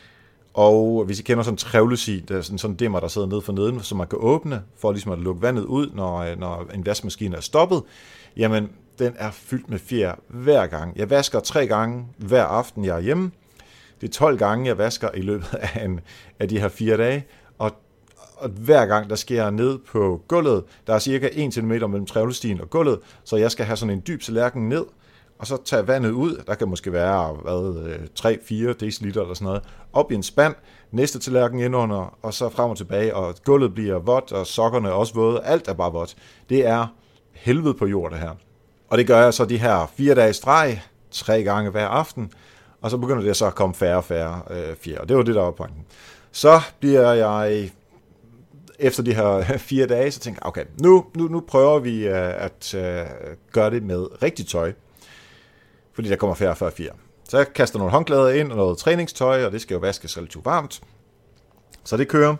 Og hvis I kender sådan en trævlesi, der er sådan, sådan en dimmer, der sidder nede for neden, som man kan åbne, for ligesom at lukke vandet ud, når, når en vaskemaskine er stoppet, jamen, den er fyldt med fjer hver gang. Jeg vasker tre gange hver aften, jeg er hjemme. Det er tolv gange, jeg vasker i løbet af, en, af de her fire dage. Og, og hver gang, der sker jeg ned på gulvet, der er cirka en centimeter mellem trævlestien og gulvet, så jeg skal have sådan en dyb tallerken ned, og så tage vandet ud, der kan måske være hvad, tre fire deciliter eller sådan noget, op i en spand, næste tallerken indunder, og så frem og tilbage, og gulvet bliver vådt, og sokkerne er også våde, alt er bare vådt. Det er helvede på jord, det her. Og det gør jeg så de her fire dage streg, tre gange hver aften, og så begynder det så at komme færre og færre øh, fjer, og det var det, der var pointen. Så bliver jeg, efter de her fire dage, så tænker jeg, okay, nu, nu, nu prøver vi øh, at øh, gøre det med rigtigt tøj, fordi der kommer færre og færre fjer. Så jeg kaster nogle håndklæder ind og noget træningstøj, og det skal jo vaskes relativt varmt. Så det kører.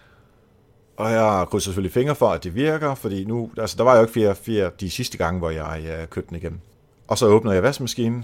Og jeg krydser selvfølgelig fingre for, at det virker, fordi nu, altså der var jo ikke fjer, fjer de sidste gange, hvor jeg, jeg kørte den igennem. Og så åbner jeg vaskemaskinen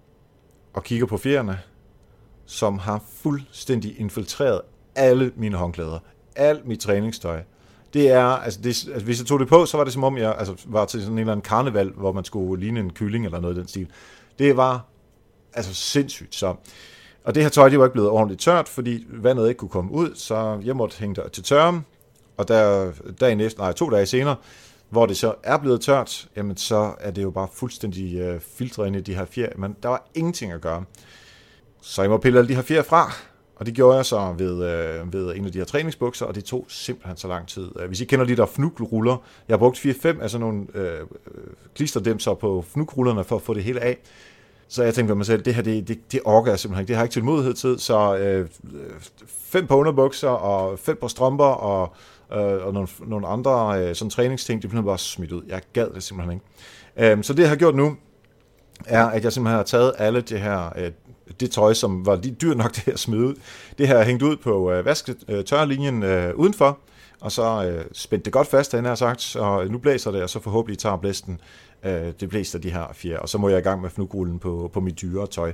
og kigger på fjerne, som har fuldstændig infiltreret alle mine håndklæder, alt mit træningstøj. Det er, altså, det, altså hvis jeg tog det på, så var det som om jeg altså, var til sådan en eller anden karneval, hvor man skulle ligne en kylling eller noget i den stil. Det var altså sindssygt. Så. Og det her tøj, det var ikke blevet ordentligt tørt, fordi vandet ikke kunne komme ud, så jeg måtte hænge det til tørre. Og der, dagen efter, nej, to dage senere, hvor det så er blevet tørt, jamen så er det jo bare fuldstændig øh, filtret ind i de her fjer. Men der var ingenting at gøre. Så jeg må pille alle de her fjer fra. Og det gjorde jeg så ved, øh, ved en af de her træningsbukser, og det tog simpelthen så lang tid. Hvis I kender de der fnugruller, jeg har brugt fire fem af sådan nogle øh, klisterdæmser på fnugrullerne for at få det hele af. Så jeg tænkte ved mig selv, det her, det, det, det orker jeg simpelthen ikke. Det har jeg ikke tålmodighed til. Så øh, fem på underbukser, og fem på strømper, og, øh, og nogle, nogle andre øh, sådan træningsting, det blev bare smidt ud. Jeg gad det simpelthen ikke. Øh, så det jeg har gjort nu, er, at jeg simpelthen har taget alle det her, øh, det tøj, som var lige dyrt nok til at smide ud. Det her er hængt ud på øh, vasketørlinjen øh, udenfor, og så øh, spændt det godt fast, den har sagt, og nu blæser det, og så forhåbentlig tager blæsten øh, det blæser de her fjer, og så må jeg i gang med fnugrullen på, på mit dyre tøj.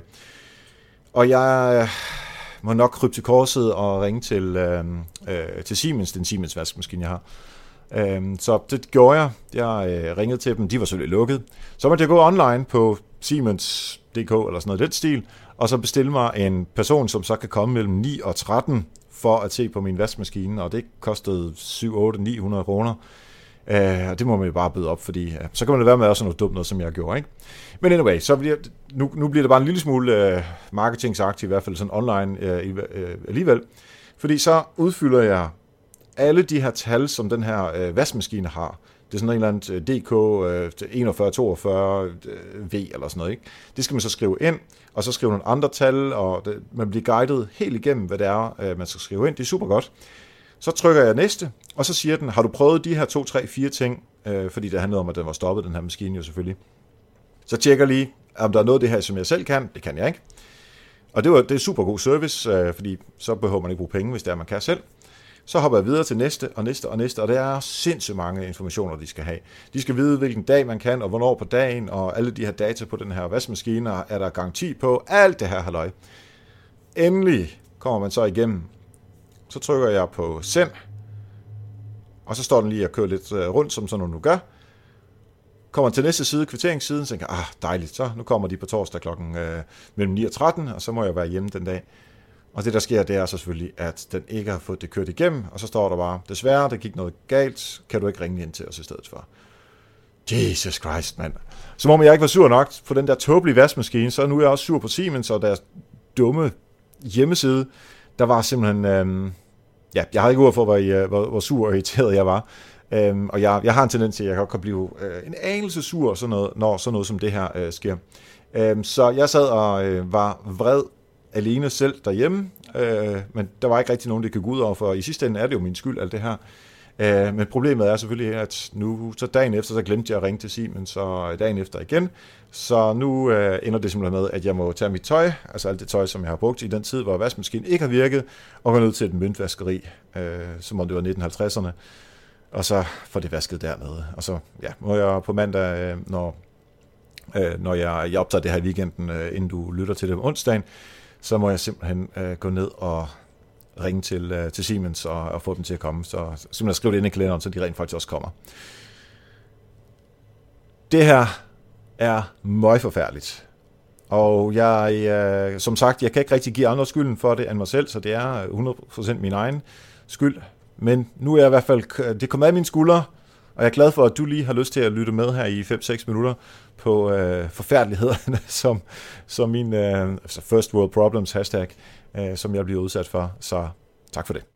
Og jeg øh, må nok krybe til korset og ringe til, øh, øh, til Siemens, den Siemens vaskemaskine, jeg har. Øh, så det gjorde jeg. Jeg øh, ringede til dem, de var selvfølgelig lukket. Så måtte jeg gå online på Siemens punktum d k eller sådan noget den stil, og så bestille mig en person, som så kan komme mellem ni og tretten for at se på min vaskemaskine, og det kostede syv otte ni hundrede kroner. Uh, det må man jo bare byde op, fordi uh, så kan man da være med også noget dumt noget, som jeg gjorde, ikke? Men anyway, så bliver, nu, nu bliver det bare en lille smule uh, marketingsagtigt, i hvert fald sådan online uh, uh, alligevel, fordi så udfylder jeg alle de her tal, som den her uh, vaskemaskine har. Det er sådan en eller anden D K uh, enogfyrre toogfyrre uh, V eller sådan noget, ikke? Det skal man så skrive ind, og så skrive nogle andre tal, og det, man bliver guidet helt igennem, hvad det er, uh, man skal skrive ind. Det er super godt. Så trykker jeg næste, og så siger den, har du prøvet de her to, tre, fire ting, øh, fordi det handlede om, at den var stoppet, den her maskine jo selvfølgelig. Så tjekker lige, om der er noget af det her, som jeg selv kan. Det kan jeg ikke. Og det, var, det er super god service, øh, fordi så behøver man ikke bruge penge, hvis det er, man kan selv. Så hopper jeg videre til næste, og næste, og næste, og det er sindssygt mange informationer, de skal have. De skal vide, hvilken dag man kan, og hvornår på dagen, og alle de her data på den her vaskemaskine, er der garanti på. Alt det her halløj. Endelig kommer man så igennem. Så trykker jeg på send, og så står den lige og kører lidt rundt, som sådan noget nu gør. Kommer til næste side, kvitteringssiden, så tænker jeg, ah, dejligt, så nu kommer de på torsdag klokken øh, mellem ni og tretten, og så må jeg være hjemme den dag. Og det, der sker, det er så selvfølgelig, at den ikke har fået det kørt igennem, og så står der bare, desværre, der gik noget galt, kan du ikke ringe ind til os i stedet for. Jesus Christ, mand. Som om jeg ikke var sur nok på den der tåbelige vaskemaskine, så nu er jeg også sur på Siemens og deres dumme hjemmeside. Der var simpelthen, øhm, ja, jeg har ikke ord for, hvor, hvor, hvor sur og irriteret jeg var. Øhm, og jeg, jeg har en tendens til, at jeg godt kan blive øh, en anelse sur, sådan noget, når sådan noget som det her øh, sker. Øhm, så jeg sad og øh, var vred alene selv derhjemme, øh, men der var ikke rigtig nogen, det kan gå ud over, for i sidste ende er det jo min skyld, alt det her. Øh, men problemet er selvfølgelig, at nu, så dagen efter, så glemte jeg at ringe til Siemens, så dagen efter igen. Så nu øh, ender det simpelthen med, at jeg må tage mit tøj, altså alt det tøj, som jeg har brugt i den tid, hvor vaskemaskinen ikke har virket, og gå ned til et møntvaskeri, øh, som om det var nitten halvtredserne, og så får det vasket dernede. Og så ja, må jeg på mandag, øh, når, øh, når jeg, jeg optager det her i weekenden, øh, inden du lytter til det om onsdagen, så må jeg simpelthen øh, gå ned og ringe til, øh, til Siemens og, og få dem til at komme. Så simpelthen skrive det ind i kalenderen, så de rent faktisk også kommer. Det her er møgforfærdeligt. Og jeg, øh, som sagt, jeg kan ikke rigtig give andre skylden for det end mig selv, så det er hundrede procent min egen skyld. Men nu er jeg i hvert fald, det kommer af mine skuldre, og jeg er glad for, at du lige har lyst til at lytte med her i fem seks minutter på øh, forfærdelighederne, som, som min øh, first world problems hashtag, øh, som jeg bliver udsat for. Så tak for det.